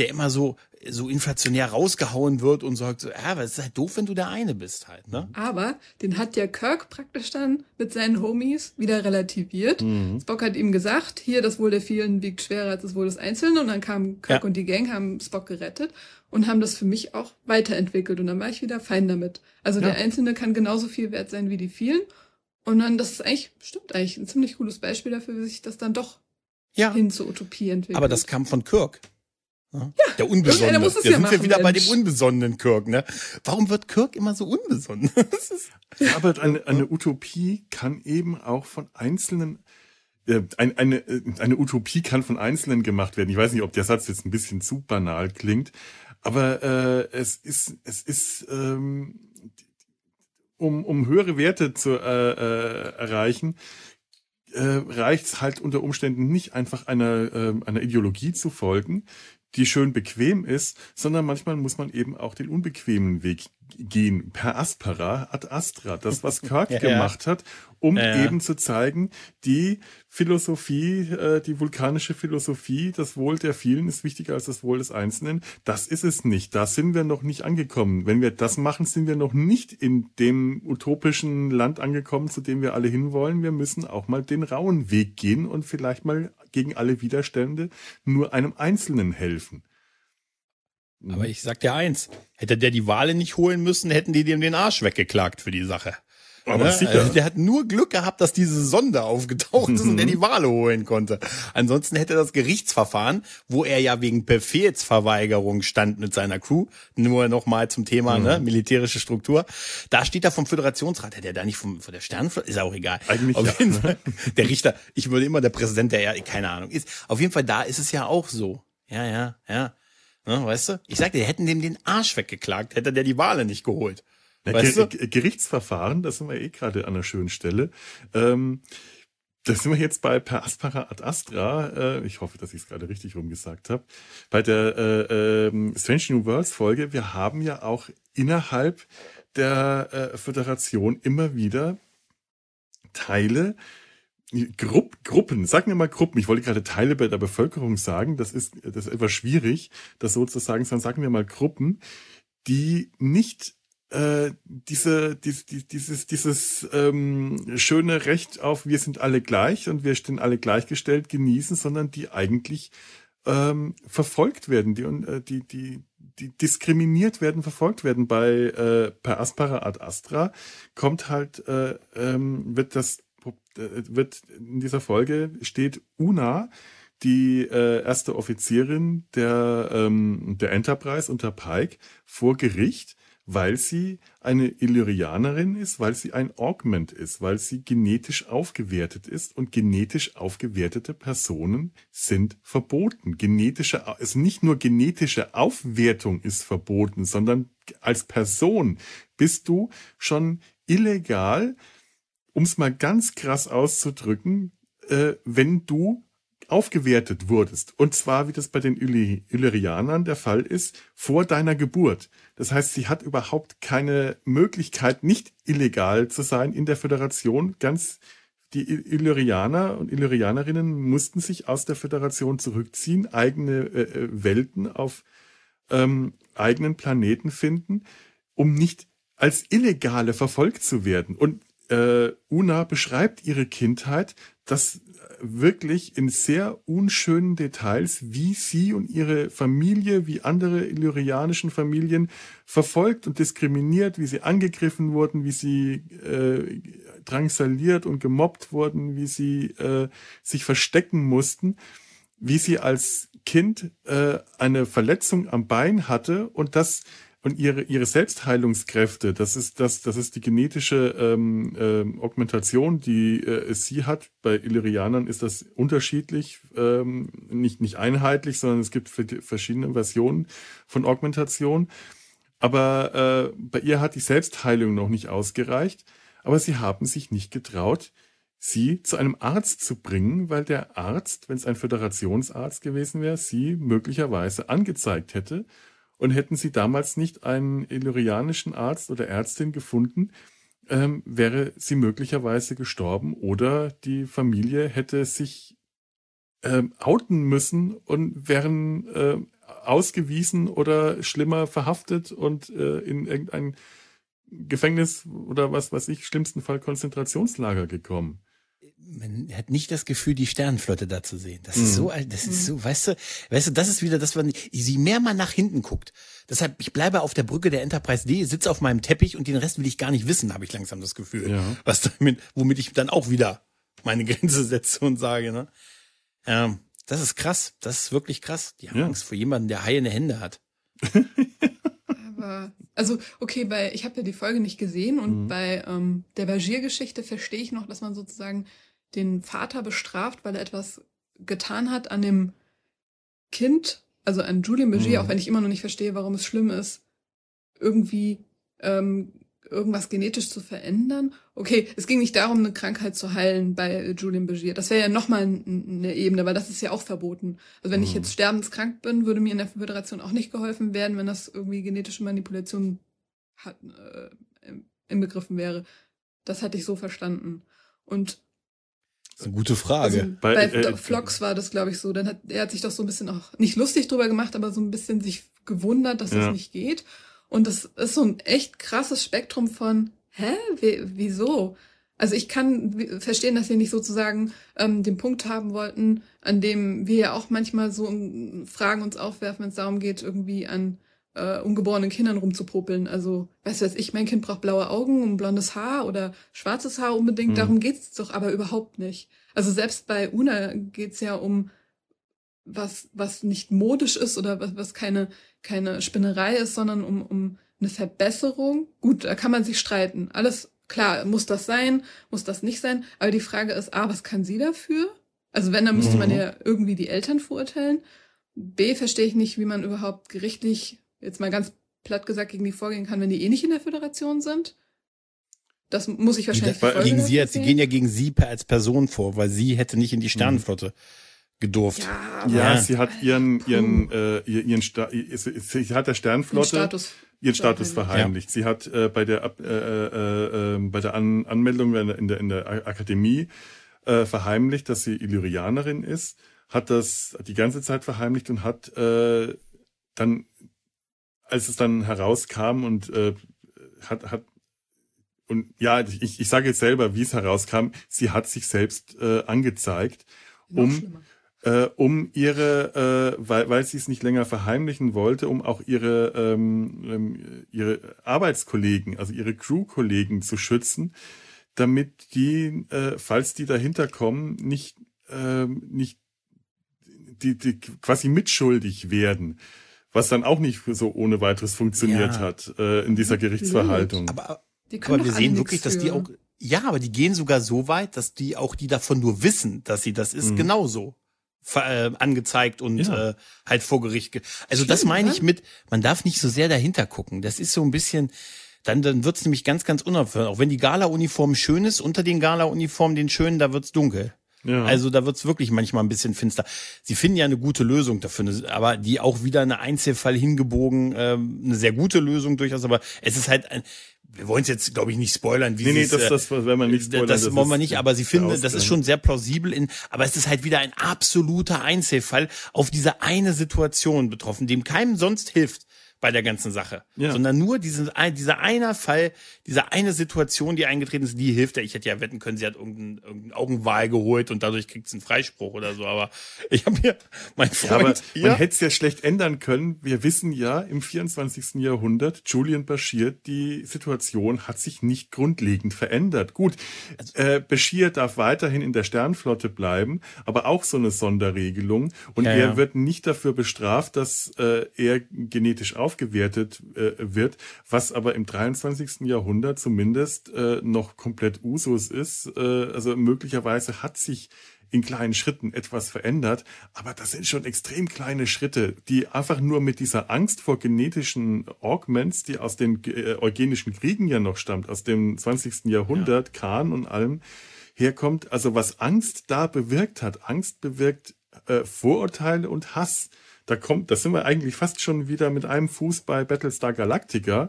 so inflationär rausgehauen wird und sagt so, aber es ist halt doof, wenn du der eine bist halt, ne? Aber den hat ja Kirk praktisch dann mit seinen Homies wieder relativiert. Spock hat ihm gesagt, hier, das Wohl der Vielen wiegt schwerer als das Wohl des Einzelnen. Und dann kamen Kirk und die Gang, haben Spock gerettet und haben das für mich auch weiterentwickelt. Und dann war ich wieder fein damit. Also der Einzelne kann genauso viel wert sein wie die vielen. Und dann, das ist stimmt eigentlich ein ziemlich cooles Beispiel dafür, wie sich das dann doch hin zur Utopie entwickelt. Aber das kam von Kirk. Ja, der Unbesonnene. Da sind wir wieder bei dem unbesonnenen Kirk, ne? Warum wird Kirk immer so unbesonnen? Aber eine Utopie kann eben auch von Einzelnen, eine Utopie kann von Einzelnen gemacht werden. Ich weiß nicht, ob der Satz jetzt ein bisschen zu banal klingt, Aber es ist um höhere Werte zu erreichen, reicht es halt unter Umständen nicht einfach einer Ideologie zu folgen, die schön bequem ist, sondern manchmal muss man eben auch den unbequemen Weg gehen, per aspera ad astra. Das, was Kirk gemacht hat, um eben zu zeigen, die Philosophie, die vulkanische Philosophie, das Wohl der vielen ist wichtiger als das Wohl des Einzelnen. Das ist es nicht. Da sind wir noch nicht angekommen. Wenn wir das machen, sind wir noch nicht in dem utopischen Land angekommen, zu dem wir alle hinwollen. Wir müssen auch mal den rauen Weg gehen und vielleicht mal gegen alle Widerstände nur einem Einzelnen helfen. Aber ich sag dir eins, hätte der die Wale nicht holen müssen, hätten die dem den Arsch weggeklagt für die Sache. Aber sicher. Der hat nur Glück gehabt, dass diese Sonde aufgetaucht ist und der die Wale holen konnte. Ansonsten hätte das Gerichtsverfahren, wo er ja wegen Befehlsverweigerung stand mit seiner Crew, nur nochmal zum Thema militärische Struktur, da steht er vom Föderationsrat, hätte er da nicht von der Sternenflotte, ist auch egal. Eigentlich auf jeden Fall, der Richter, ich würde immer der Präsident der keine Ahnung, ist. Auf jeden Fall, da ist es ja auch so. Ja. Ja, weißt du? Ich sagte, die hätten dem den Arsch weggeklagt, hätte der die Wale nicht geholt. Weißt du? Gerichtsverfahren, da sind wir gerade an einer schönen Stelle. Da sind wir jetzt bei per aspera ad astra. Ich hoffe, dass ich es gerade richtig rumgesagt habe. Bei der Strange New Worlds Folge, wir haben ja auch innerhalb der Föderation immer wieder Teile, Gruppen, sagen wir mal Gruppen, ich wollte gerade Teile bei der Bevölkerung sagen, das ist etwas schwierig, das so zu sagen, sondern sagen wir mal Gruppen, die nicht dieses schöne Recht auf wir sind alle gleich und wir stehen alle gleichgestellt genießen, sondern die eigentlich verfolgt werden, die diskriminiert werden, verfolgt werden. Bei per aspera ad astra kommt halt wird in dieser Folge steht Una, die erste Offizierin der Enterprise unter Pike, vor Gericht, weil sie eine Illyrianerin ist, weil sie ein Augment ist, weil sie genetisch aufgewertet ist und genetisch aufgewertete Personen sind verboten. Nicht nur genetische Aufwertung ist verboten, sondern als Person bist du schon illegal, um es mal ganz krass auszudrücken, wenn du aufgewertet wurdest. Und zwar, wie das bei den Illyrianern der Fall ist, vor deiner Geburt. Das heißt, sie hat überhaupt keine Möglichkeit, nicht illegal zu sein in der Föderation. Die Illyrianer und Illyrianerinnen mussten sich aus der Föderation zurückziehen, eigene Welten auf eigenen Planeten finden, um nicht als Illegale verfolgt zu werden. Und Una beschreibt ihre Kindheit, das wirklich in sehr unschönen Details, wie sie und ihre Familie, wie andere illyrianischen Familien verfolgt und diskriminiert, wie sie angegriffen wurden, wie sie drangsaliert und gemobbt wurden, wie sie sich verstecken mussten, wie sie als Kind eine Verletzung am Bein hatte und ihre Selbstheilungskräfte, das ist die genetische Augmentation, die sie hat. Bei Illyrianern ist das unterschiedlich, nicht einheitlich, sondern es gibt verschiedene Versionen von Augmentation. Aber bei ihr hat die Selbstheilung noch nicht ausgereicht. Aber sie haben sich nicht getraut, sie zu einem Arzt zu bringen, weil der Arzt, wenn es ein Föderationsarzt gewesen wäre, sie möglicherweise angezeigt hätte. Und hätten sie damals nicht einen illyrianischen Arzt oder Ärztin gefunden, wäre sie möglicherweise gestorben oder die Familie hätte sich outen müssen und wären ausgewiesen oder schlimmer verhaftet und in irgendein Gefängnis oder was weiß ich, schlimmsten Fall Konzentrationslager gekommen. Man hat nicht das Gefühl, die Sternenflotte da zu sehen. Das ist so, weißt du, das ist wieder das, je mehr man nach hinten guckt. Deshalb, ich bleibe auf der Brücke der Enterprise D, sitze auf meinem Teppich und den Rest will ich gar nicht wissen, habe ich langsam das Gefühl. Ja. Womit ich dann auch wieder meine Grenze setze und sage, ne? Das ist krass. Das ist wirklich krass. Die haben Angst vor jemandem, der heilige Hände hat. Aber, also, okay, ich habe ja die Folge nicht gesehen und bei der Bashir-Geschichte verstehe ich noch, dass man sozusagen den Vater bestraft, weil er etwas getan hat an dem Kind also an Julien Bergier, auch wenn ich immer noch nicht verstehe, warum es schlimm ist, irgendwie irgendwas genetisch zu verändern. Okay, es ging nicht darum, eine Krankheit zu heilen bei Julien Bergier. Das wäre ja nochmal eine Ebene, weil das ist ja auch verboten. Also wenn ich jetzt sterbenskrank bin, würde mir in der Föderation auch nicht geholfen werden, wenn das irgendwie genetische Manipulation inbegriffen wäre. Das hatte ich so verstanden. Und das ist eine gute Frage. Also bei Vlogs war das, glaube ich, so. Er hat sich doch so ein bisschen auch nicht lustig drüber gemacht, aber so ein bisschen sich gewundert, dass das nicht geht. Und das ist so ein echt krasses Spektrum von, wieso? Also ich kann verstehen, dass sie nicht sozusagen den Punkt haben wollten, an dem wir ja auch manchmal so Fragen uns aufwerfen, wenn es darum geht, irgendwie an ungeborenen Kindern rumzupopeln. Also, weiß ich, mein Kind braucht blaue Augen und blondes Haar oder schwarzes Haar unbedingt. Darum geht's doch aber überhaupt nicht. Also selbst bei Una geht's ja um was nicht modisch ist oder was keine Spinnerei ist, sondern um eine Verbesserung. Gut, da kann man sich streiten. Alles klar, muss das sein, muss das nicht sein. Aber die Frage ist, A, was kann sie dafür? Also wenn, dann müsste man ja irgendwie die Eltern verurteilen. B, verstehe ich nicht, wie man überhaupt gerichtlich, jetzt mal ganz platt gesagt, gegen die vorgehen kann, wenn die nicht in der Föderation sind. Das muss ich wahrscheinlich gegen sie jetzt. Sie gehen ja gegen sie als Person vor, weil sie hätte nicht in die Sternenflotte gedurft. Ja, sie hat sie hat der Sternenflotte ihren Status verheimlicht. Ja. Sie hat bei der Anmeldung in der Akademie verheimlicht, dass sie Illyrianerin ist, hat das die ganze Zeit verheimlicht und hat dann, als es dann herauskam und ich sage jetzt selber, wie es herauskam, sie hat sich selbst angezeigt, um ihre, weil sie es nicht länger verheimlichen wollte, um auch ihre Arbeitskollegen, also ihre Crew-Kollegen zu schützen, damit die, falls die dahinter kommen, nicht die quasi mitschuldig werden. Was dann auch nicht so ohne weiteres funktioniert hat in dieser Gerichtsverhaltung. Aber wir sehen wirklich, dass die auch, aber die gehen sogar so weit, dass die davon nur wissen, dass sie das ist, genauso angezeigt und halt vor Gericht. Also das meine ich mit, man darf nicht so sehr dahinter gucken. Das ist so ein bisschen, dann wird's nämlich ganz, ganz unaufhörlich. Auch wenn die Gala-Uniform schön ist, unter den Gala-Uniformen, den schönen, da wird's dunkel. Ja. Also da wird's wirklich manchmal ein bisschen finster. Sie finden ja eine gute Lösung dafür, aber die auch wieder eine Einzelfall hingebogen, eine sehr gute Lösung durchaus, aber es ist halt wir wollen es jetzt, glaube ich, nicht spoilern, wie das wenn man nicht spoilern, das wollen wir nicht, aber sie finden, das ist schon sehr plausibel aber es ist halt wieder ein absoluter Einzelfall auf diese eine Situation betroffen, dem keinem sonst hilft bei der ganzen Sache, sondern nur dieser eine Fall, diese eine Situation, die eingetreten ist, die hilft ja. Ich hätte ja wetten können, sie hat irgendeinen Augenwahl geholt und dadurch kriegt sie einen Freispruch oder so, aber ich habe hier, mein Freund... Ja, aber man hätte es ja schlecht ändern können. Wir wissen ja, im 24. Jahrhundert, Julien Bashir, die Situation hat sich nicht grundlegend verändert. Gut, Bashir darf weiterhin in der Sternflotte bleiben, aber auch so eine Sonderregelung und er wird nicht dafür bestraft, dass er genetisch aufgewertet wird, was aber im 23. Jahrhundert zumindest noch komplett Usus ist. Also möglicherweise hat sich in kleinen Schritten etwas verändert, aber das sind schon extrem kleine Schritte, die einfach nur mit dieser Angst vor genetischen Augments, die aus den eugenischen Kriegen ja noch stammt, aus dem 20. Jahrhundert, Khan und allem herkommt. Also was Angst da bewirkt hat, Angst bewirkt Vorurteile und Hass. Da sind wir eigentlich fast schon wieder mit einem Fuß bei Battlestar Galactica.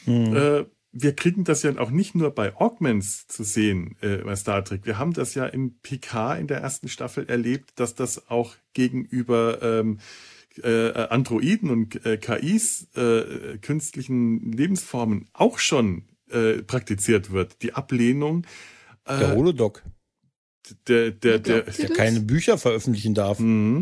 Wir kriegen das ja auch nicht nur bei Augments zu sehen bei Star Trek. Wir haben das ja im Picard in der ersten Staffel erlebt, dass das auch gegenüber Androiden und KIs, künstlichen Lebensformen, auch schon praktiziert wird. Die Ablehnung. Der Holodoc. Der keine Bücher veröffentlichen darf.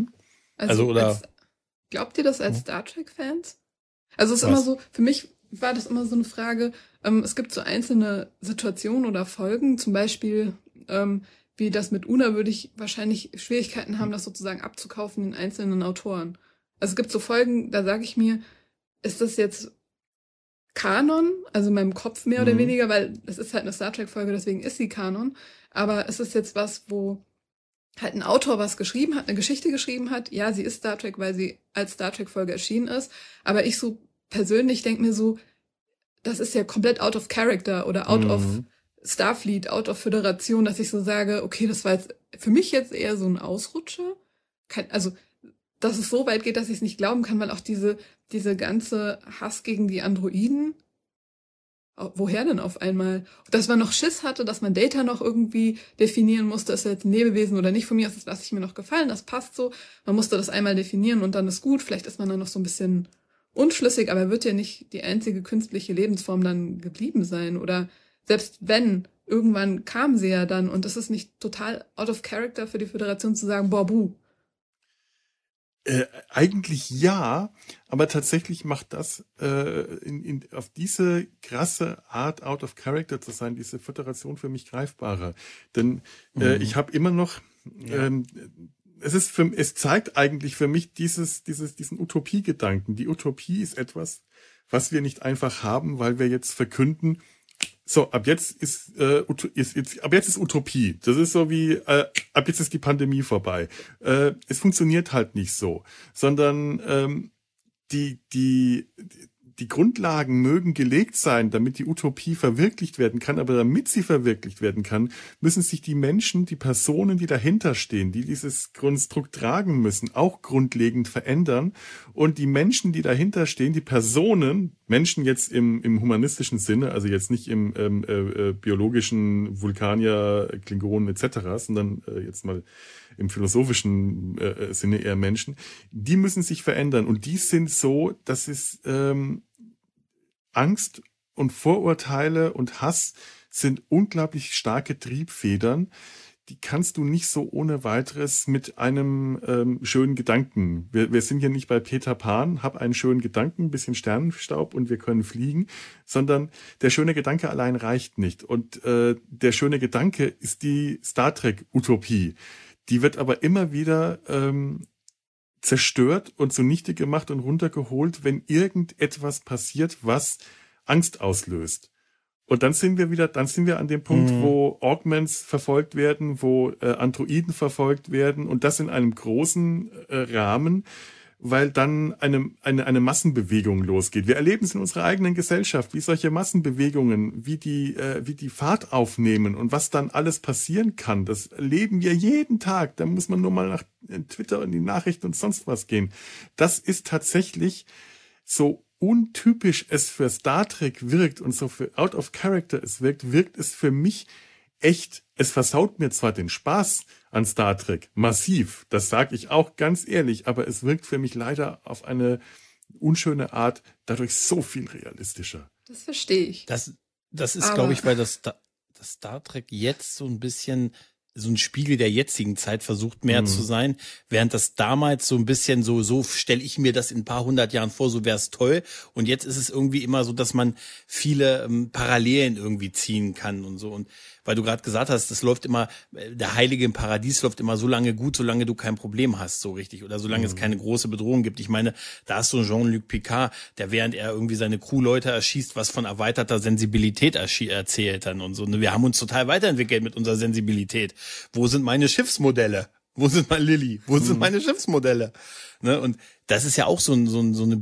Glaubt ihr das als Star Trek-Fans? Also es ist immer so, für mich war das immer so eine Frage, es gibt so einzelne Situationen oder Folgen, zum Beispiel wie das mit Una würde ich wahrscheinlich Schwierigkeiten haben, das sozusagen abzukaufen in einzelnen Autoren. Also es gibt so Folgen, da sage ich mir, ist das jetzt Kanon, also in meinem Kopf mehr oder weniger, weil es ist halt eine Star Trek-Folge, deswegen ist sie Kanon, aber es ist jetzt was, wo halt ein Autor was geschrieben hat, eine Geschichte geschrieben hat. Ja, sie ist Star Trek, weil sie als Star Trek-Folge erschienen ist. Aber ich so persönlich denke mir so, das ist ja komplett out of character oder out of Starfleet, out of Föderation, dass ich so sage, okay, das war jetzt für mich jetzt eher so ein Ausrutscher. Also, dass es so weit geht, dass ich es nicht glauben kann, weil auch diese ganze Hass gegen die Androiden, woher denn auf einmal? Dass man noch Schiss hatte, dass man Data noch irgendwie definieren musste, ist er jetzt ein Lebewesen oder nicht. Von mir aus, das lasse ich mir noch gefallen, das passt so. Man musste das einmal definieren und dann ist gut. Vielleicht ist man dann noch so ein bisschen unschlüssig, aber wird ja nicht die einzige künstliche Lebensform dann geblieben sein. Oder selbst wenn, irgendwann kam sie ja dann und es ist nicht total out of character für die Föderation zu sagen, boah, buh. Eigentlich ja, aber tatsächlich macht das auf diese krasse Art out of character zu sein, diese Föderation für mich greifbarer. Denn ich habe immer noch, es zeigt eigentlich für mich diesen Utopiegedanken. Die Utopie ist etwas, was wir nicht einfach haben, weil wir jetzt verkünden, so, ab jetzt ist Utopie. Das ist so wie, ab jetzt ist die Pandemie vorbei. Es funktioniert halt nicht so, sondern die Grundlagen mögen gelegt sein, damit die Utopie verwirklicht werden kann, aber damit sie verwirklicht werden kann, müssen sich die Menschen, die Personen, die dahinter stehen, die dieses Konstrukt tragen müssen, auch grundlegend verändern. Und die Menschen, die dahinter stehen, die Personen, Menschen jetzt im humanistischen Sinne, also jetzt nicht im biologischen Vulkanier, Klingonen etc., sondern jetzt mal im philosophischen Sinne eher Menschen, die müssen sich verändern. Und die sind so, dass es Angst und Vorurteile und Hass sind unglaublich starke Triebfedern. Die kannst du nicht so ohne weiteres mit einem schönen Gedanken. Wir sind hier nicht bei Peter Pan, hab einen schönen Gedanken, ein bisschen Sternenstaub und wir können fliegen, sondern der schöne Gedanke allein reicht nicht. Und der schöne Gedanke ist die Star Trek-Utopie. Die wird aber immer wieder zerstört und zunichte gemacht und runtergeholt, wenn irgendetwas passiert, was Angst auslöst. Und dann sind wir an dem Punkt, wo Augments verfolgt werden, wo Androiden verfolgt werden und das in einem großen Rahmen, weil dann eine Massenbewegung losgeht. Wir erleben es in unserer eigenen Gesellschaft, wie solche Massenbewegungen, wie die Fahrt aufnehmen und was dann alles passieren kann. Das erleben wir jeden Tag. Da muss man nur mal nach Twitter und die Nachrichten und sonst was gehen. Das ist tatsächlich so untypisch es für Star Trek wirkt und so für out of character es wirkt es für mich echt, es versaut mir zwar den Spaß an Star Trek massiv, das sage ich auch ganz ehrlich, aber es wirkt für mich leider auf eine unschöne Art dadurch so viel realistischer. Das verstehe ich. Das ist, glaube ich, weil das Star Trek jetzt so ein bisschen so ein Spiegel der jetzigen Zeit versucht mehr zu sein, während das damals so ein bisschen so stelle ich mir das in ein paar hundert Jahren vor, so wäre es toll. Und jetzt ist es irgendwie immer so, dass man viele Parallelen irgendwie ziehen kann und so. Und weil du gerade gesagt hast, das läuft immer, der Heilige im Paradies läuft immer so lange gut, solange du kein Problem hast, so richtig. Oder solange es keine große Bedrohung gibt. Ich meine, da ist so ein Jean-Luc Picard, der während er irgendwie seine Crewleute erschießt, was von erweiterter Sensibilität erzählt dann und so. Wir haben uns total weiterentwickelt mit unserer Sensibilität. Wo sind meine Schiffsmodelle? Wo sind meine Lilly? Wo sind meine Schiffsmodelle? Ne? Und das ist ja auch so eine,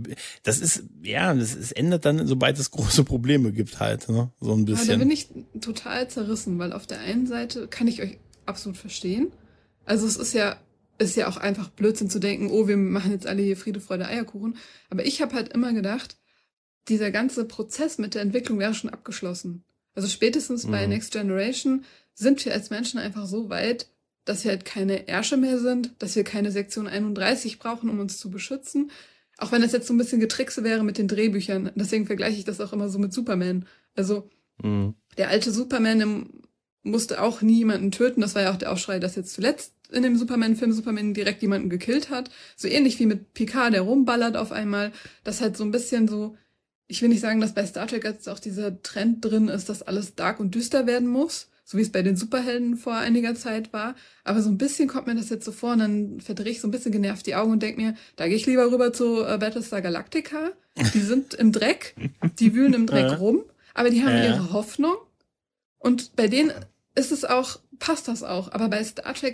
es ändert dann, sobald es große Probleme gibt halt, ne? So ein bisschen. Aber da bin ich total zerrissen, weil auf der einen Seite kann ich euch absolut verstehen. Also es ist ja auch einfach Blödsinn zu denken, oh, wir machen jetzt alle hier Friede, Freude, Eierkuchen. Aber ich habe halt immer gedacht, dieser ganze Prozess mit der Entwicklung wäre schon abgeschlossen. Also spätestens bei Next Generation sind wir als Menschen einfach so weit, dass wir halt keine Ärsche mehr sind, dass wir keine Sektion 31 brauchen, um uns zu beschützen. Auch wenn das jetzt so ein bisschen Getrickse wäre mit den Drehbüchern. Deswegen vergleiche ich das auch immer so mit Superman. Also der alte Superman musste auch nie jemanden töten. Das war ja auch der Aufschrei, dass jetzt zuletzt in dem Superman-Film Superman direkt jemanden gekillt hat. So ähnlich wie mit Picard, der rumballert auf einmal. Das halt so ein bisschen so, ich will nicht sagen, dass bei Star Trek jetzt auch dieser Trend drin ist, dass alles dark und düster werden muss. So wie es bei den Superhelden vor einiger Zeit war. Aber so ein bisschen kommt mir das jetzt so vor und dann verdrehe ich so ein bisschen genervt die Augen und denke mir, da gehe ich lieber rüber zu Battlestar Galactica. Die sind im Dreck, die wühlen im Dreck rum, aber die haben ihre Hoffnung. Und bei denen ist es auch, passt das auch. Aber bei Star Trek,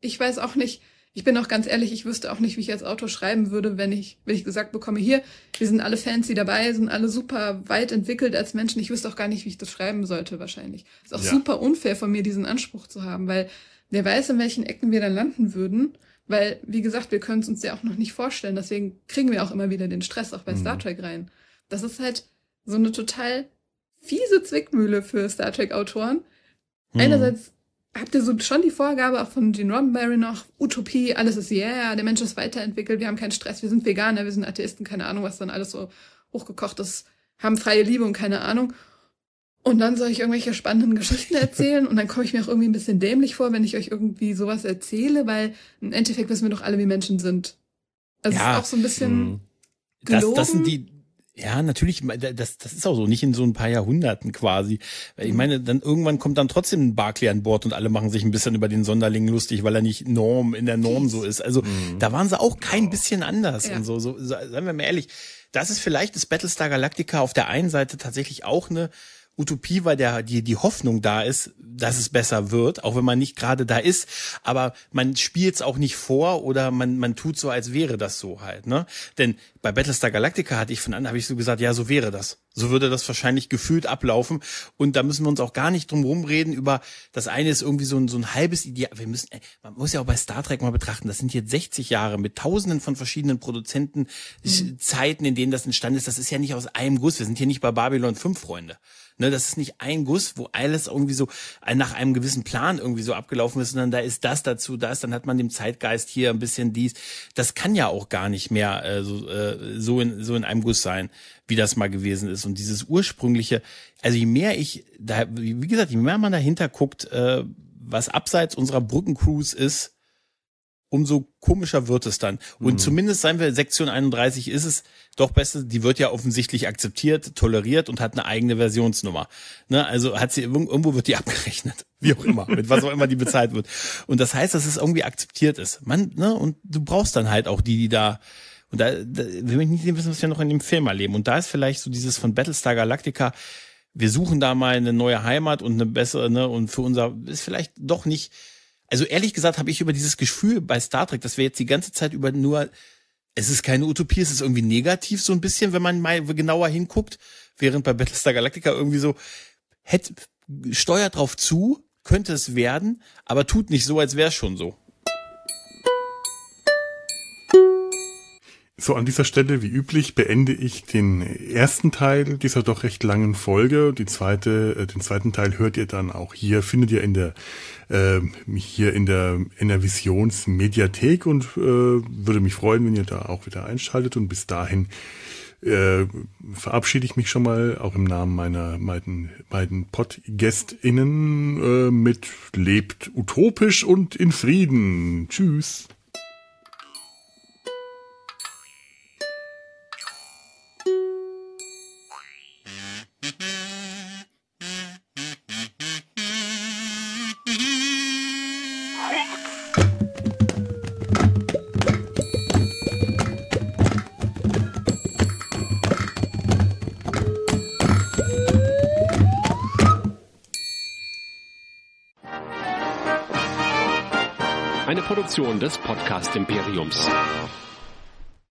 ich weiß auch nicht, ich bin auch ganz ehrlich, ich wüsste auch nicht, wie ich als Autor schreiben würde, wenn ich gesagt bekomme, hier, wir sind alle fancy dabei, sind alle super weit entwickelt als Menschen. Ich wüsste auch gar nicht, wie ich das schreiben sollte wahrscheinlich. Ist auch super unfair von mir, diesen Anspruch zu haben, weil wer weiß, in welchen Ecken wir dann landen würden. Weil, wie gesagt, wir können es uns ja auch noch nicht vorstellen. Deswegen kriegen wir auch immer wieder den Stress auch bei Star Trek rein. Das ist halt so eine total fiese Zwickmühle für Star Trek-Autoren. Einerseits habt ihr so schon die Vorgabe auch von Gene Roddenberry noch, Utopie, alles ist der Mensch ist weiterentwickelt, wir haben keinen Stress, wir sind Veganer, wir sind Atheisten, keine Ahnung, was dann alles so hochgekocht ist, haben freie Liebe und keine Ahnung. Und dann soll ich irgendwelche spannenden Geschichten erzählen und dann komme ich mir auch irgendwie ein bisschen dämlich vor, wenn ich euch irgendwie sowas erzähle, weil im Endeffekt wissen wir doch alle, wie Menschen sind. Also es ist auch so ein bisschen gelogen. Das sind die, ja, natürlich, das ist auch so, nicht in so ein paar Jahrhunderten quasi. Ich meine, dann irgendwann kommt dann trotzdem ein Barclay an Bord und alle machen sich ein bisschen über den Sonderling lustig, weil er nicht in der Norm so ist. Also da waren sie auch kein bisschen anders und so, seien wir mal ehrlich. Das ist vielleicht das Battlestar Galactica auf der einen Seite tatsächlich auch eine Utopie, weil die Hoffnung da ist, dass es besser wird, auch wenn man nicht gerade da ist, aber man spielt es auch nicht vor oder man tut so, als wäre das so halt, ne? Denn bei Battlestar Galactica habe ich so gesagt, ja, so wäre das. So würde das wahrscheinlich gefühlt ablaufen und da müssen wir uns auch gar nicht drum rumreden über, das eine ist irgendwie so ein halbes Ideal. Man muss ja auch bei Star Trek mal betrachten, das sind jetzt 60 Jahre mit tausenden von verschiedenen Produzenten, Zeiten, in denen das entstanden ist, das ist ja nicht aus einem Guss, wir sind hier nicht bei Babylon 5, Freunde. Ne, das ist nicht ein Guss, wo alles irgendwie so nach einem gewissen Plan irgendwie so abgelaufen ist, sondern da ist das dazu, dann hat man dem Zeitgeist hier ein bisschen dies. Das kann ja auch gar nicht mehr so in einem Guss sein, wie das mal gewesen ist. Und dieses ursprüngliche, also je mehr man dahinter guckt, was abseits unserer Brückencruise ist, umso komischer wird es dann. Und zumindest, seien wir, Sektion 31 ist es doch besser, die wird ja offensichtlich akzeptiert, toleriert und hat eine eigene Versionsnummer. Ne? Also irgendwo wird die abgerechnet. Wie auch immer, mit was auch immer die bezahlt wird. Und das heißt, dass es irgendwie akzeptiert ist. Und du brauchst dann halt auch die da, und da will ich nicht wissen, was wir noch in dem Film erleben. Und da ist vielleicht so dieses von Battlestar Galactica, wir suchen da mal eine neue Heimat und eine bessere, ne, und für ist vielleicht doch nicht. Also ehrlich gesagt habe ich über dieses Gefühl bei Star Trek, dass wir jetzt die ganze Zeit über nur, es ist keine Utopie, es ist irgendwie negativ so ein bisschen, wenn man mal genauer hinguckt, während bei Battlestar Galactica irgendwie so, steuert drauf zu, könnte es werden, aber tut nicht so, als wäre es schon so. So, an dieser Stelle, wie üblich, beende ich den ersten Teil dieser doch recht langen Folge. Den zweiten Teil hört ihr dann auch findet ihr in der Visions Mediathek und würde mich freuen, wenn ihr da auch wieder einschaltet. Und bis dahin verabschiede ich mich schon mal, auch im Namen meiner beiden PodgästInnen mit lebt utopisch und in Frieden. Tschüss. Eine Produktion des Podcast Imperiums.